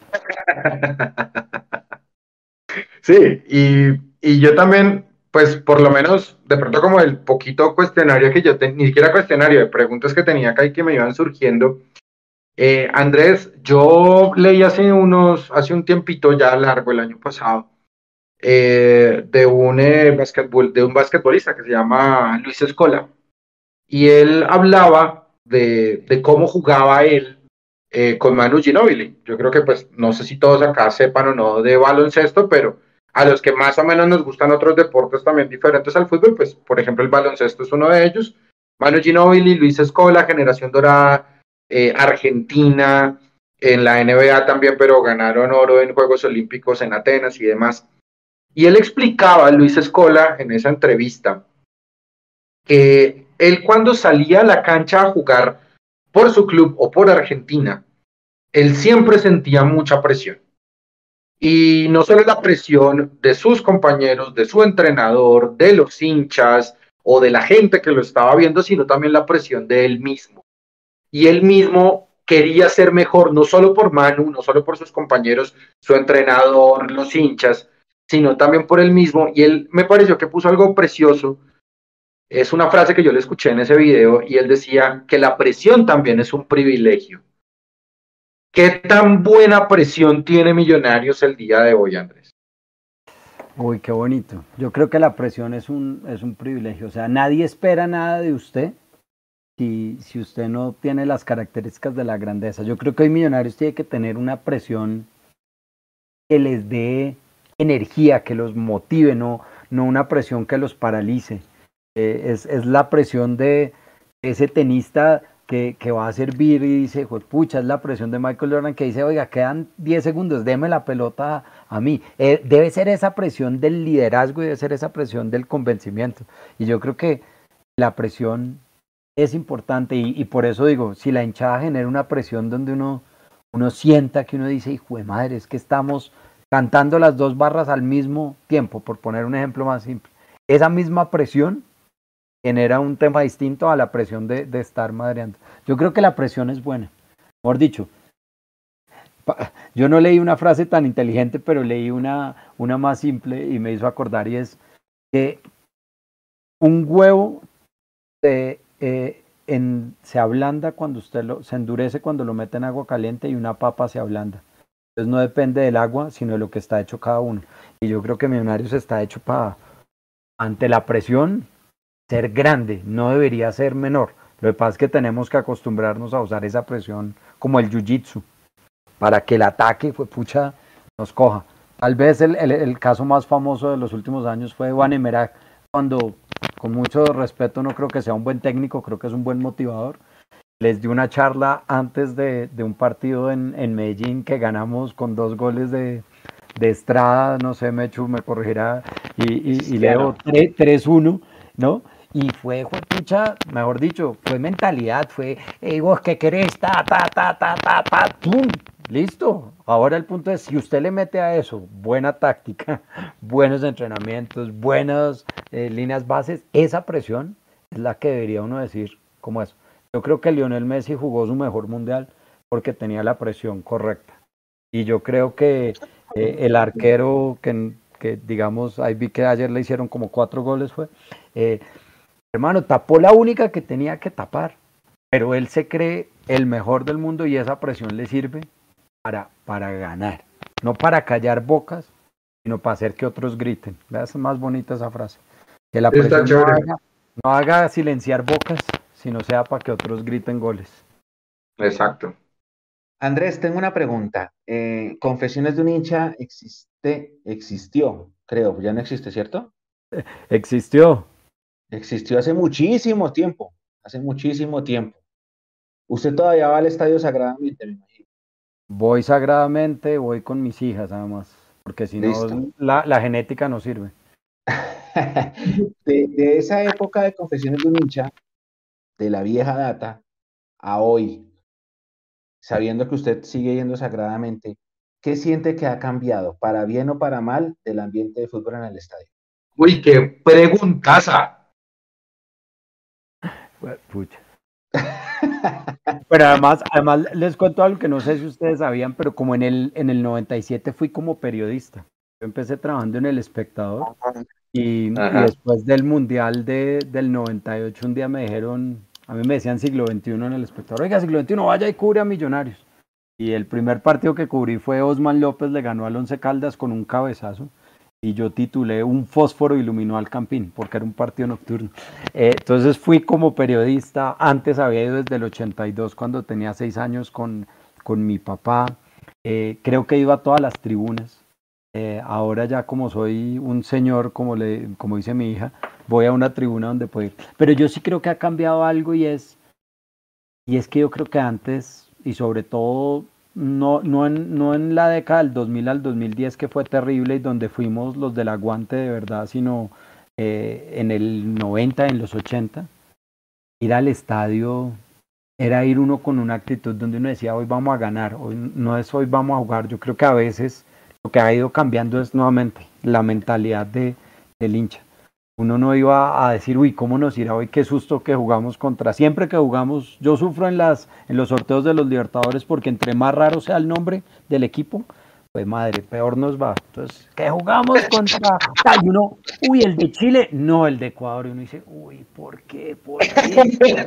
Speaker 2: Sí, y yo también, pues por lo menos, de pronto como el poquito cuestionario que yo tenía, ni siquiera cuestionario, de preguntas que tenía acá y que me iban surgiendo. Andrés, yo leí hace un tiempito ya largo, el año pasado, de un basquetbolista que se llama Luis Escola. y él hablaba de cómo jugaba él con Manu Ginóbili. Yo creo que pues no sé si todos acá sepan o no de baloncesto, pero a los que más o menos nos gustan otros deportes también diferentes al fútbol, pues por ejemplo el baloncesto es uno de ellos. Manu Ginóbili, Luis Escola, Generación Dorada, Argentina, en la NBA también, pero ganaron oro en Juegos Olímpicos en Atenas y demás. Y él explicaba, Luis Escola, en esa entrevista, que él cuando salía a la cancha a jugar por su club o por Argentina, él siempre sentía mucha presión. Y no solo la presión de sus compañeros, de su entrenador, de los hinchas o de la gente que lo estaba viendo, sino también la presión de él mismo. Y él mismo quería ser mejor, no solo por Manu, no solo por sus compañeros, su entrenador, los hinchas, sino también por él mismo. Y él me pareció que puso algo precioso. Es una frase que yo le escuché en ese video y él decía que la presión también es un privilegio. ¿Qué tan buena presión tiene Millonarios el día de hoy, Andrés?
Speaker 4: Uy, qué bonito. Yo creo que la presión es un privilegio. O sea, nadie espera nada de usted si usted no tiene las características de la grandeza. Yo creo que hoy Millonarios tiene que tener una presión que les dé energía, que los motive, no una presión que los paralice. Es la presión de ese tenista que va a servir y dice, pucha, es la presión de Michael Jordan que dice, oiga, quedan 10 segundos, deme la pelota a mí. Debe ser esa presión del liderazgo y debe ser esa presión del convencimiento. Y yo creo que la presión es importante y por eso digo, si la hinchada genera una presión donde uno sienta que uno dice, hijo de madre, es que estamos cantando las dos barras al mismo tiempo, por poner un ejemplo más simple. Esa misma presión genera un tema distinto a la presión de estar madreando. Yo creo que la presión es buena. Mejor dicho, yo no leí una frase tan inteligente, pero leí una más simple y me hizo acordar y es que un huevo se ablanda cuando se endurece cuando lo mete en agua caliente y una papa se ablanda. Entonces no depende del agua, sino de lo que está hecho cada uno. Y yo creo que Millonarios está hecho para, ante la presión, ser grande, no debería ser menor. Lo que pasa es que tenemos que acostumbrarnos a usar esa presión como el jiu-jitsu, para que el ataque, pucha, nos coja. Tal vez el caso más famoso de los últimos años fue Van Emerac, cuando, con mucho respeto, no creo que sea un buen técnico, creo que es un buen motivador. Les dio una charla antes de un partido en Medellín que ganamos con 2 goles de Estrada, no sé, Mechu me corregirá, y Leo 3-1, ¿no? Y fue, pucha, mejor dicho, fue mentalidad, fue, vos qué querés, ¡pum! Listo. Ahora el punto es, si usted le mete a eso buena táctica, buenos entrenamientos, buenas líneas bases, esa presión es la que debería uno decir como eso. Yo creo que Lionel Messi jugó su mejor mundial porque tenía la presión correcta. Y yo creo que el arquero que digamos, ahí vi que ayer le hicieron como 4 goles fue, hermano, tapó la única que tenía que tapar, pero él se cree el mejor del mundo y esa presión le sirve para ganar, no para callar bocas, sino para hacer que otros griten. Es más bonita esa frase. Que la presión no haga silenciar bocas, sino sea para que otros griten goles.
Speaker 2: Exacto.
Speaker 3: Andrés, tengo una pregunta. Confesiones de un hincha existió, creo, ya no existe, ¿cierto?
Speaker 4: Existió.
Speaker 3: Existió hace muchísimo tiempo, hace muchísimo tiempo. Usted todavía va al estadio sagradamente, me imagino.
Speaker 4: Voy sagradamente, voy con mis hijas además, porque si no la genética no sirve.
Speaker 3: De esa época de confesiones de un hincha, de la vieja data, a hoy, sabiendo que usted sigue yendo sagradamente, ¿qué siente que ha cambiado, para bien o para mal, del ambiente de fútbol en el estadio?
Speaker 2: Uy, qué preguntaza.
Speaker 4: Pucha. Pero además les cuento algo que no sé si ustedes sabían, pero como en el 97 fui como periodista. Yo empecé trabajando en El Espectador y después del Mundial del 98 un día me dijeron, a mí me decían siglo XXI en El Espectador, oiga, siglo XXI, vaya y cubre a Millonarios. Y el primer partido que cubrí fue Osman López, le ganó al Once Caldas con un cabezazo. y yo titulé Un fósforo iluminó al Campín, porque era un partido nocturno. Entonces fui como periodista, antes había ido desde el 82 cuando tenía 6 años con mi papá, creo que iba a todas las tribunas. Ahora ya como soy un señor, como dice mi hija, voy a una tribuna donde puedo ir. Pero yo sí creo que ha cambiado algo y es que yo creo que antes, y sobre todo no en la década del 2000 al 2010 que fue terrible y donde fuimos los del aguante de verdad, sino en el 90, en los 80, ir al estadio era ir uno con una actitud donde uno decía hoy vamos a ganar, hoy no es hoy vamos a jugar. Yo creo que a veces lo que ha ido cambiando es nuevamente la mentalidad del hincha. Uno no iba a decir, uy, ¿cómo nos irá hoy? Qué susto que jugamos contra. Siempre que jugamos, yo sufro en los sorteos de los Libertadores porque entre más raro sea el nombre del equipo, pues madre, peor nos va. Entonces, ¿qué jugamos contra tal? Y uno, uy, el de Chile, no, el de Ecuador. Y uno dice, uy, ¿por qué? ¿Por qué?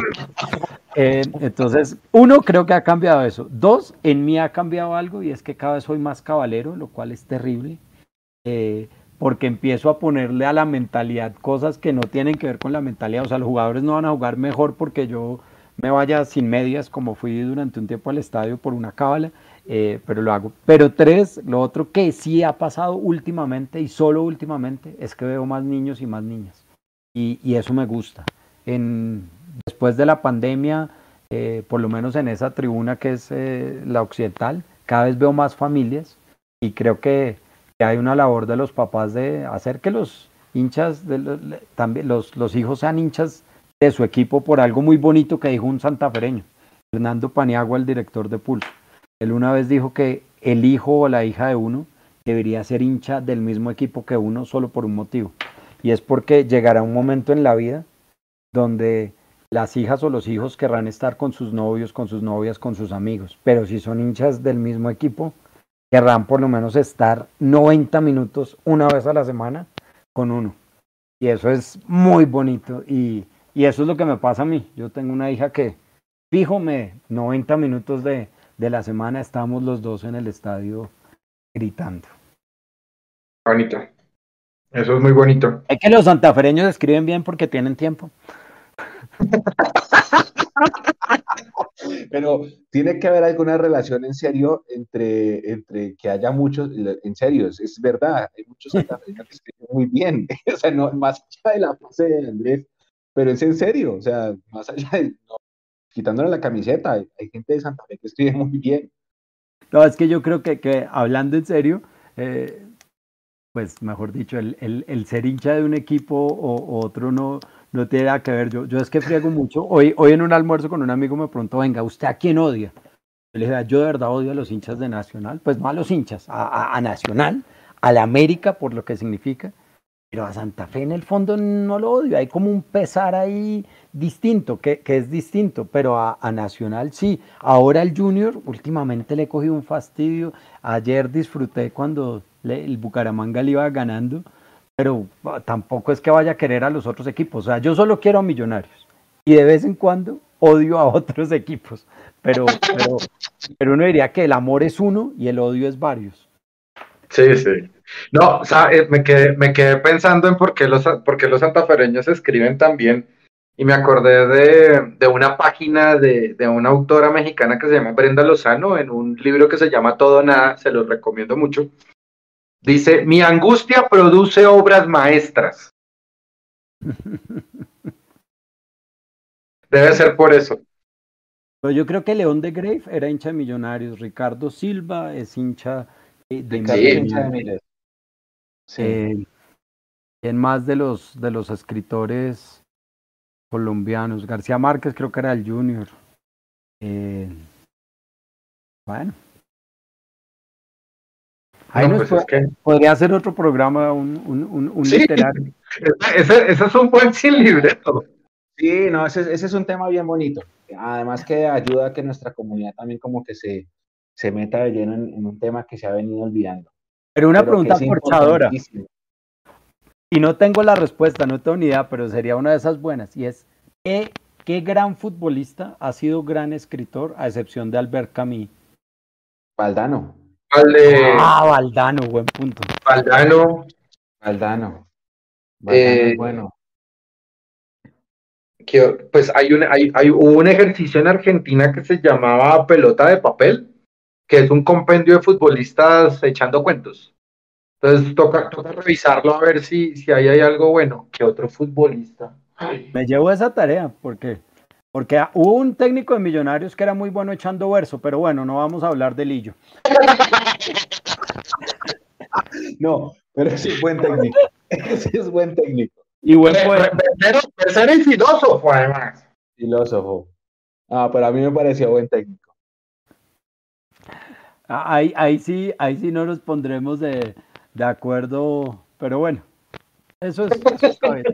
Speaker 4: Entonces, uno, creo que ha cambiado eso. Dos, en mí ha cambiado algo y es que cada vez soy más cabalero, lo cual es terrible. Porque empiezo a ponerle a la mentalidad cosas que no tienen que ver con la mentalidad. O sea, los jugadores no van a jugar mejor porque yo me vaya sin medias, como fui durante un tiempo al estadio por una cábala, pero lo hago. Pero tres, lo otro que sí ha pasado últimamente y solo últimamente es que veo más niños y más niñas. Y eso me gusta. Después de la pandemia, por lo menos en esa tribuna que es la occidental, cada vez veo más familias y creo que hay una labor de los papás de hacer que los hinchas, también los hijos sean hinchas de su equipo por algo muy bonito que dijo un santafereño, Fernando Paniagua, el director de Pulso. Él una vez dijo que el hijo o la hija de uno debería ser hincha del mismo equipo que uno solo por un motivo. Y es porque llegará un momento en la vida donde las hijas o los hijos querrán estar con sus novios, con sus novias, con sus amigos. Pero si son hinchas del mismo equipo, querrán por lo menos estar 90 minutos una vez a la semana con uno. Y eso es muy bonito. Y eso es lo que me pasa a mí. Yo tengo una hija que, fijo, 90 minutos de la semana estamos los dos en el estadio gritando.
Speaker 2: Bonito. Eso es muy bonito.
Speaker 4: Es que los santafereños escriben bien porque tienen tiempo.
Speaker 3: Pero tiene que haber alguna relación en serio entre que haya muchos, en serio, es verdad, hay muchos santafereños que escriben muy bien, o sea, no, más allá de la frase de Andrés, pero es en serio, o sea, más allá de, no, quitándole la camiseta, hay gente de Santa Fe que escribe muy bien.
Speaker 4: No, es que yo creo que hablando en serio, pues mejor dicho, el ser hincha de un equipo o otro no tiene nada que ver. Yo es que friego mucho. Hoy en un almuerzo con un amigo me preguntó, venga, ¿usted a quién odia? Yo le dije, yo de verdad odio a los hinchas de Nacional, pues no a los hinchas, a Nacional, a la América por lo que significa, pero a Santa Fe en el fondo no lo odio, hay como un pesar ahí distinto, que es distinto, pero a Nacional sí. Ahora el Junior, últimamente le he cogido un fastidio, ayer disfruté cuando el Bucaramanga le iba ganando, pero tampoco es que vaya a querer a los otros equipos, o sea, yo solo quiero a Millonarios y de vez en cuando odio a otros equipos, pero uno diría que el amor es uno y el odio es varios.
Speaker 2: Sí, sí. No, me quedé pensando en por qué los santafereños escriben tan bien y me acordé de una página de una autora mexicana que se llama Brenda Lozano en un libro que se llama Todo o Nada, se los recomiendo mucho. Dice, mi angustia produce obras maestras. Debe ser por eso.
Speaker 4: Pero yo creo que León de Grave era hincha de Millonarios, Ricardo Silva es hincha de
Speaker 3: Ricardo es
Speaker 2: Sí,
Speaker 3: hincha de
Speaker 4: Millonarios.
Speaker 3: Miles. Sí.
Speaker 4: En más de los escritores colombianos, García Márquez creo que era el Junior. Eh, bueno, ahí
Speaker 2: no,
Speaker 4: nos
Speaker 2: pues es que
Speaker 4: podría hacer otro programa, un
Speaker 2: sí,
Speaker 4: literario.
Speaker 2: ese es un buen sin libreto.
Speaker 3: Sí, no, ese es un tema bien bonito. Además que ayuda a que nuestra comunidad también como que se meta de lleno en un tema que se ha venido olvidando,
Speaker 4: Pero una
Speaker 3: pero que
Speaker 4: pregunta
Speaker 3: es
Speaker 4: corchadora,
Speaker 3: importantísimo.
Speaker 4: y no tengo la respuesta, no tengo ni idea, pero sería una de esas buenas, y es, ¿qué gran futbolista ha sido gran escritor, a excepción de Albert Camus?
Speaker 3: Valdano.
Speaker 2: al de
Speaker 4: Valdano, buen punto.
Speaker 2: Valdano.
Speaker 3: Valdano. Valdano
Speaker 2: eh,
Speaker 3: es bueno.
Speaker 2: pues hubo un ejercicio en Argentina que se llamaba pelota de papel, que es un compendio de futbolistas echando cuentos. Entonces toca revisarlo a ver si ahí hay algo bueno. ¿Qué otro futbolista? Ay.
Speaker 4: Me llevo esa tarea, porque hubo un técnico de Millonarios que era muy bueno echando verso, pero bueno, no vamos a hablar de Lillo.
Speaker 3: No, pero ese es buen técnico. Ese es buen técnico.
Speaker 4: Y buen poeta.
Speaker 2: Tercero y filósofo, además.
Speaker 3: Filósofo. Ah, pero a mí me pareció buen técnico.
Speaker 4: Ahí sí no nos pondremos de acuerdo, pero bueno, eso está bien.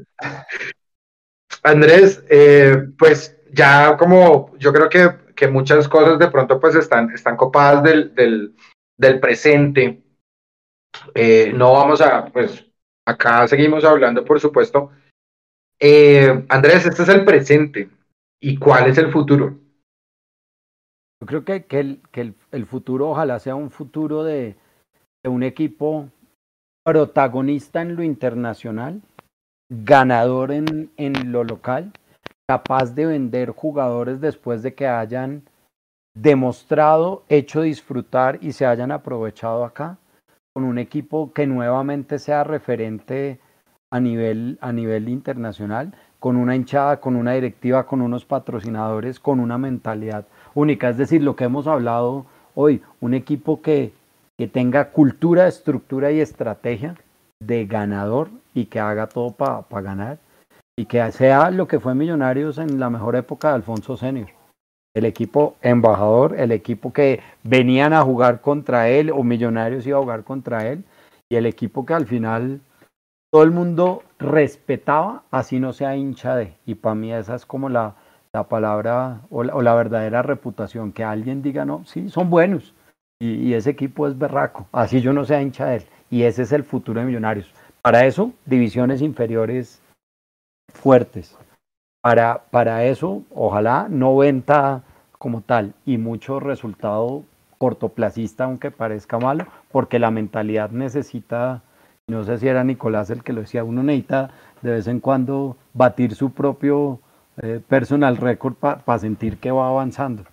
Speaker 2: Andrés, pues ya como yo creo que muchas cosas de pronto pues están copadas del presente. No vamos a, pues acá seguimos hablando, por supuesto. Andrés, este es el presente. ¿Y cuál es el futuro?
Speaker 4: Yo creo que el futuro ojalá sea un futuro de un equipo protagonista en lo internacional, ganador en lo local, capaz de vender jugadores después de que hayan demostrado, hecho disfrutar y se hayan aprovechado acá, con un equipo que nuevamente sea referente a nivel internacional, con una hinchada, con una directiva, con unos patrocinadores, con una mentalidad única. Es decir, lo que hemos hablado hoy, un equipo que tenga cultura, estructura y estrategia de ganador y que haga todo para ganar y que sea lo que fue Millonarios en la mejor época de Alfonso Senior. El equipo embajador, el equipo que venían a jugar contra él o Millonarios iba a jugar contra él y el equipo que al final todo el mundo respetaba, así no sea hincha de. Y para mí esa es como la palabra o la verdadera reputación, que alguien diga, no, sí, son buenos y ese equipo es berraco, así yo no sea hincha de él. Y ese es el futuro de Millonarios. Para eso, divisiones inferiores fuertes. Para eso, ojalá 90 como tal y mucho resultado cortoplacista, aunque parezca malo, porque la mentalidad necesita, no sé si era Nicolás el que lo decía, uno necesita de vez en cuando batir su propio personal record para sentir que va avanzando.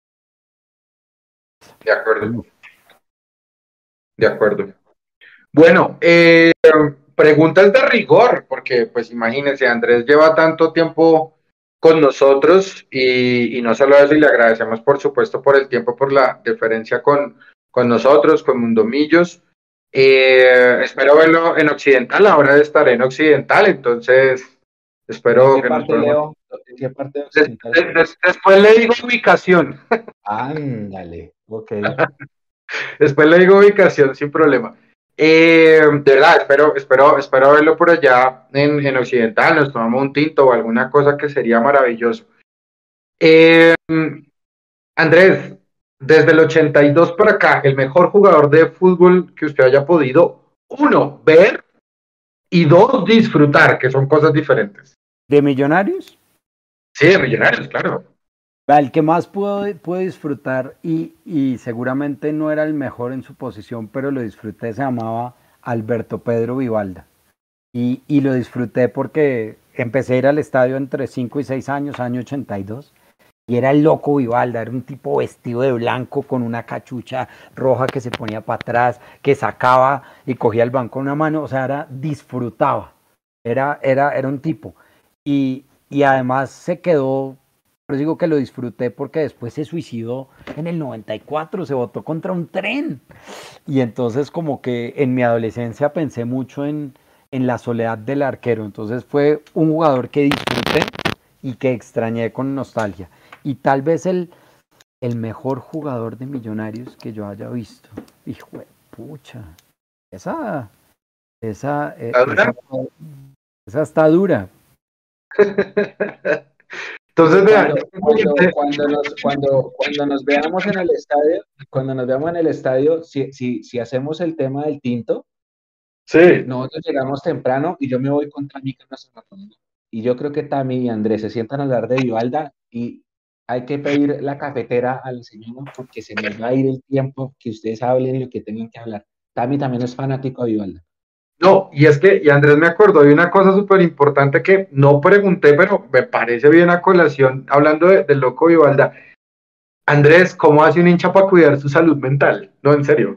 Speaker 2: De acuerdo, de acuerdo. Bueno, preguntas de rigor, porque pues imagínense, Andrés lleva tanto tiempo con nosotros y no solo eso, y le agradecemos por supuesto por el tiempo, por la deferencia con nosotros, con Mundomillos. Espero verlo en Occidental, ahora estaré en Occidental, entonces
Speaker 3: ¿En
Speaker 2: espero
Speaker 3: qué
Speaker 2: que nos
Speaker 3: parte,
Speaker 2: podamos...
Speaker 3: Leo? ¿En qué parte de Occidental está?
Speaker 2: Después le digo ubicación,
Speaker 3: Ándale, ok.
Speaker 2: después le digo ubicación sin problema. De verdad, espero verlo por allá en Occidental, nos tomamos un tinto o alguna cosa que sería maravilloso. Eh, Andrés, desde el 82 para acá, el mejor jugador de fútbol que usted haya podido, uno, ver y dos, disfrutar, que son cosas diferentes.
Speaker 4: De Millonarios,
Speaker 2: Sí, de Millonarios, claro.
Speaker 4: el que más pude disfrutar y seguramente no era el mejor en su posición, pero lo disfruté, se llamaba Alberto Pedro Vivalda. Y lo disfruté porque empecé a ir al estadio entre 5 y 6 años, año 82, y era el loco Vivalda, era un tipo vestido de blanco con una cachucha roja que se ponía para atrás, que sacaba y cogía el banco con una mano, o sea, disfrutaba, era un tipo. Y además se quedó, por eso digo que lo disfruté porque después se suicidó en el 94, se botó contra un tren. Y entonces como que en mi adolescencia pensé mucho en la soledad del arquero. Entonces fue un jugador que disfruté y que extrañé con nostalgia. Y tal vez el mejor jugador de Millonarios que yo haya visto. Hijo de pucha. Esa, esa, esa, esa está dura.
Speaker 2: Entonces, vean,
Speaker 3: Cuando nos veamos en el estadio, cuando nos veamos en el estadio, si hacemos el tema del tinto,
Speaker 2: sí,
Speaker 3: nosotros llegamos temprano y yo me voy con Tami, que es nuestra ratón. Y yo creo que Tami y Andrés se sientan a hablar de Vivalda y hay que pedir la cafetera a la señora porque se nos va a ir el tiempo que ustedes hablen lo que tengan que hablar. Tami también es fanático de Vivalda.
Speaker 2: No, y es que, y Andrés me acordó de una cosa súper importante que no pregunté, pero me parece bien a colación, hablando del loco Vivalda. Andrés, ¿cómo hace un hincha para cuidar su salud mental? No, en serio.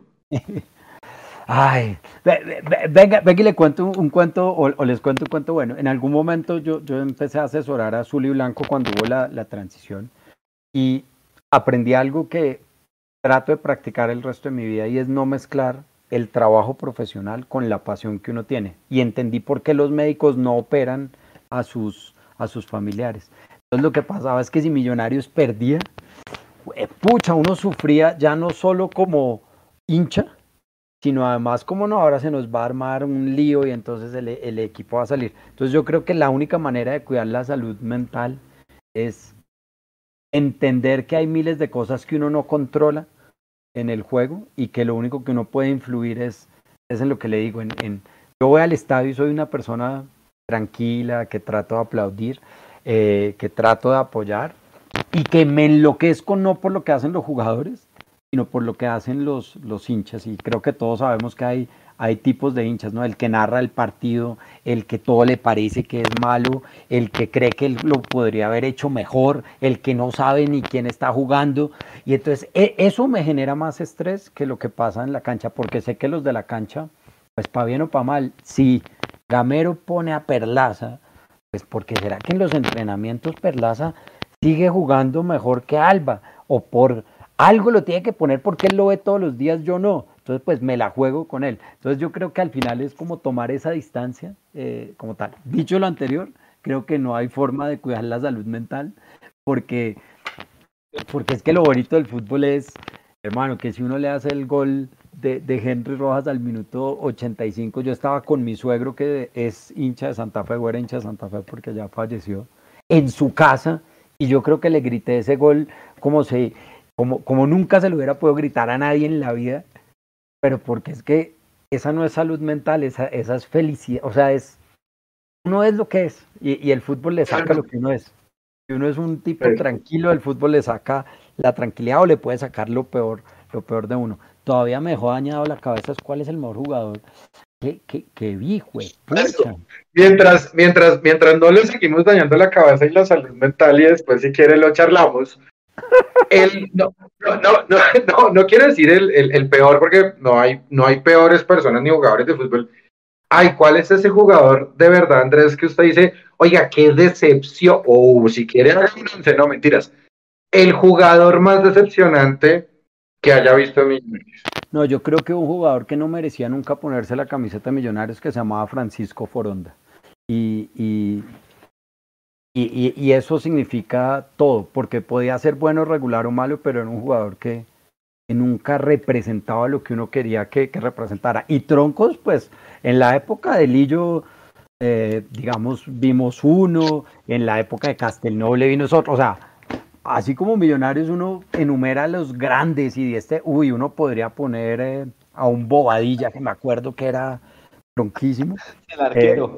Speaker 4: Ay, venga, venga y le cuento un cuento o les cuento un cuento bueno. En algún momento yo empecé a asesorar a Azul y Blanco cuando hubo la transición y aprendí algo que trato de practicar el resto de mi vida y es no mezclar el trabajo profesional con la pasión que uno tiene. Y entendí por qué los médicos no operan a sus familiares. Entonces lo que pasaba es que si Millonarios perdía, pucha, uno sufría ya no solo como hincha, sino además como no, ahora se nos va a armar un lío y entonces el equipo va a salir. Entonces yo creo que la única manera de cuidar la salud mental es entender que hay miles de cosas que uno no controla en el juego y que lo único que uno puede influir es en lo que le digo. Yo voy al estadio y soy una persona tranquila, que trato de aplaudir, que trato de apoyar y que me enloquezco no por lo que hacen los jugadores, sino por lo que hacen los hinchas. Y creo que todos sabemos que hay tipos de hinchas, ¿no? El que narra el partido, el que todo le parece que es malo, el que cree que él lo podría haber hecho mejor, el que no sabe ni quién está jugando. Y entonces eso me genera más estrés que lo que pasa en la cancha, porque sé que los de la cancha, pues para bien o para mal, si Gamero pone a Perlaza, pues porque será que en los entrenamientos Perlaza sigue jugando mejor que Alba, o por algo lo tiene que poner porque él lo ve todos los días, yo no. Entonces, pues me la juego con él. Entonces, yo creo que al final es como tomar esa distancia, como tal. Dicho lo anterior, creo que no hay forma de cuidar la salud mental, porque, porque es que lo bonito del fútbol es, hermano, que si uno le hace el gol de Henry Rojas al minuto 85, yo estaba con mi suegro, que es hincha de Santa Fe, o era hincha de Santa Fe porque ya falleció, en su casa, y yo creo que le grité ese gol como nunca se lo hubiera podido gritar a nadie en la vida, pero porque es que esa no es salud mental, esa es felicidad, o sea, uno es lo que es, y el fútbol le saca lo que uno es. Si uno es un tipo tranquilo, el fútbol le saca la tranquilidad o le puede sacar lo peor de uno. Todavía me dejó dañado la cabeza es cuál es el mejor jugador que vi, güey, pucha.
Speaker 2: Mientras no le seguimos dañando la cabeza y la salud mental y después si quiere lo charlamos. No quiero decir el peor porque no hay peores personas ni jugadores de fútbol. Ay, ¿cuál es ese jugador de verdad, Andrés, que usted dice, oiga, qué decepción, o si quiere haga un once, no, mentiras, el jugador más decepcionante que haya visto en Millonarios?
Speaker 4: No, yo creo que un jugador que no merecía nunca ponerse la camiseta de Millonarios, que se llamaba Francisco Foronda. Y eso significa todo, porque podía ser bueno, regular o malo, pero era un jugador que nunca representaba lo que uno quería que representara. Y troncos, pues, en la época de Lillo, digamos, vimos uno, en la época de Castelnoble vimos otro, o sea, así como Millonarios uno enumera a los grandes y uno podría poner a un Bobadilla, que me acuerdo que era tronquísimo.
Speaker 3: El arquero.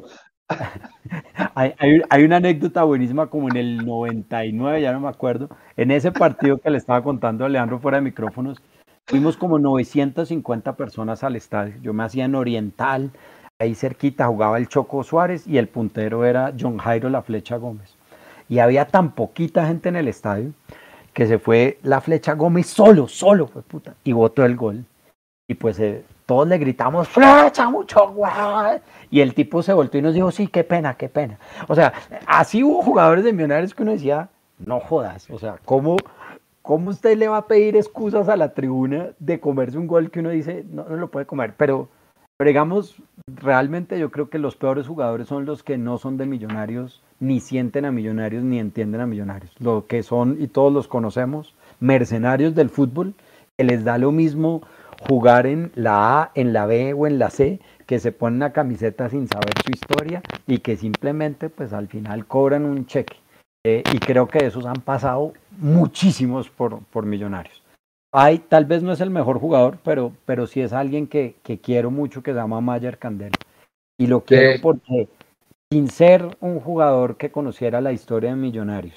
Speaker 4: Hay una anécdota buenísima como en el 99, ya no me acuerdo, en ese partido que le estaba contando a Leandro fuera de micrófonos, fuimos como 950 personas al estadio. Yo me hacía en Oriental, ahí cerquita jugaba el Choco Suárez y el puntero era John Jairo La Flecha Gómez. Y había tan poquita gente en el estadio que se fue La Flecha Gómez solo, fue puta, y botó el gol. Y pues todos le gritamos, ¡Flecha, mucho guay! Y el tipo se volteó y nos dijo, sí, qué pena, qué pena. O sea, así hubo jugadores de Millonarios que uno decía, no jodas. O sea, ¿cómo usted le va a pedir excusas a la tribuna de comerse un gol que uno dice, no lo puede comer? Pero digamos, realmente yo creo que los peores jugadores son los que no son de Millonarios, ni sienten a Millonarios, ni entienden a Millonarios. Lo que son, y todos los conocemos, mercenarios del fútbol, que les da lo mismo jugar en la A, en la B o en la C, que se ponen una camiseta sin saber su historia y que simplemente pues al final cobran un cheque. Y creo que esos han pasado muchísimos por Millonarios. Tal vez no es el mejor jugador, pero sí es alguien que quiero mucho, que se llama Mayer Candelo. Y lo quiero porque sin ser un jugador que conociera la historia de Millonarios,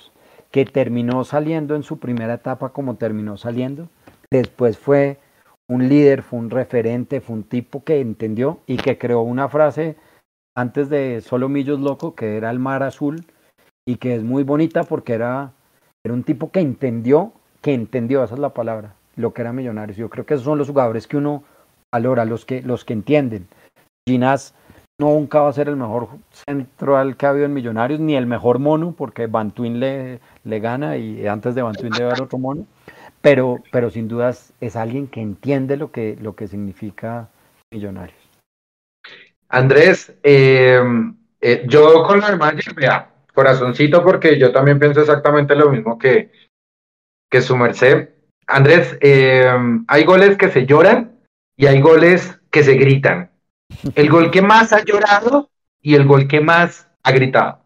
Speaker 4: que terminó saliendo en su primera etapa como terminó saliendo. Después fue un líder, fue un referente, fue un tipo que entendió y que creó una frase antes de Solo Millos Loco, que era el mar azul, y que es muy bonita porque era un tipo que entendió, esa es la palabra, lo que era Millonarios. Yo creo que esos son los jugadores que uno valora, los que entienden. Ginás nunca va a ser el mejor central que ha habido en Millonarios, ni el mejor mono, porque Bantuin le gana y antes de Bantuin debe haber otro mono, pero sin dudas es alguien que entiende lo que significa Millonarios.
Speaker 2: Andrés, yo con lo de Mayer, vea, corazoncito, porque yo también pienso exactamente lo mismo que su merced. Andrés, hay goles que se lloran y hay goles que se gritan. El gol que más ha llorado y el gol que más ha gritado.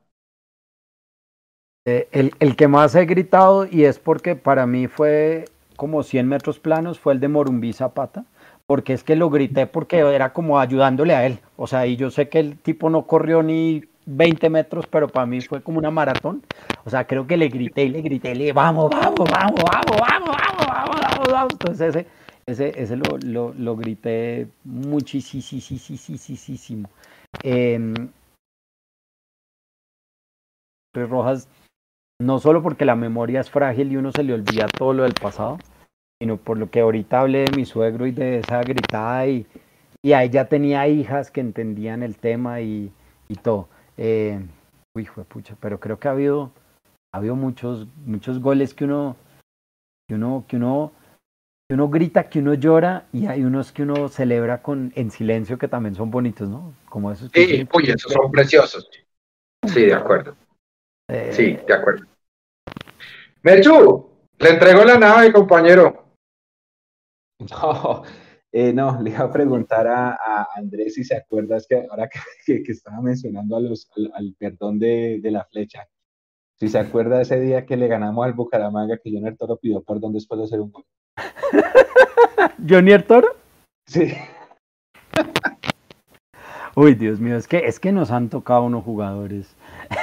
Speaker 4: El que más he gritado, y es porque para mí fue como 100 metros planos, fue el de Morumbí Zapata, porque es que lo grité porque era como ayudándole a él. O sea, y yo sé que el tipo no corrió ni 20 metros, pero para mí fue como una maratón. O sea, creo que le grité, le dije, vamos, vamos, vamos, vamos, vamos, vamos, vamos, vamos, vamos. Entonces ese lo grité muchísimo. Rojas, no solo porque la memoria es frágil y uno se le olvida todo lo del pasado, sino por lo que ahorita hablé de mi suegro y de esa gritada, y ahí ya tenía hijas que entendían el tema y todo. Uy, pucha, pero creo que ha habido muchos goles que uno grita, que uno llora, y hay unos que uno celebra en silencio, que también son bonitos, ¿no? Como esos que
Speaker 2: Sí, uy, esos son preciosos. Sí, de acuerdo. Sí, de acuerdo. Mechu, le entrego la nave, compañero.
Speaker 3: No, no, le iba a preguntar a Andrés si se acuerda, es que ahora que estaba mencionando al perdón de la flecha, si se acuerda ese día que le ganamos al Bucaramanga, que Joner Toro pidió perdón después de hacer un gol.
Speaker 4: ¿Johnny Toro?
Speaker 3: Sí.
Speaker 4: Uy, Dios mío, es que nos han tocado unos jugadores.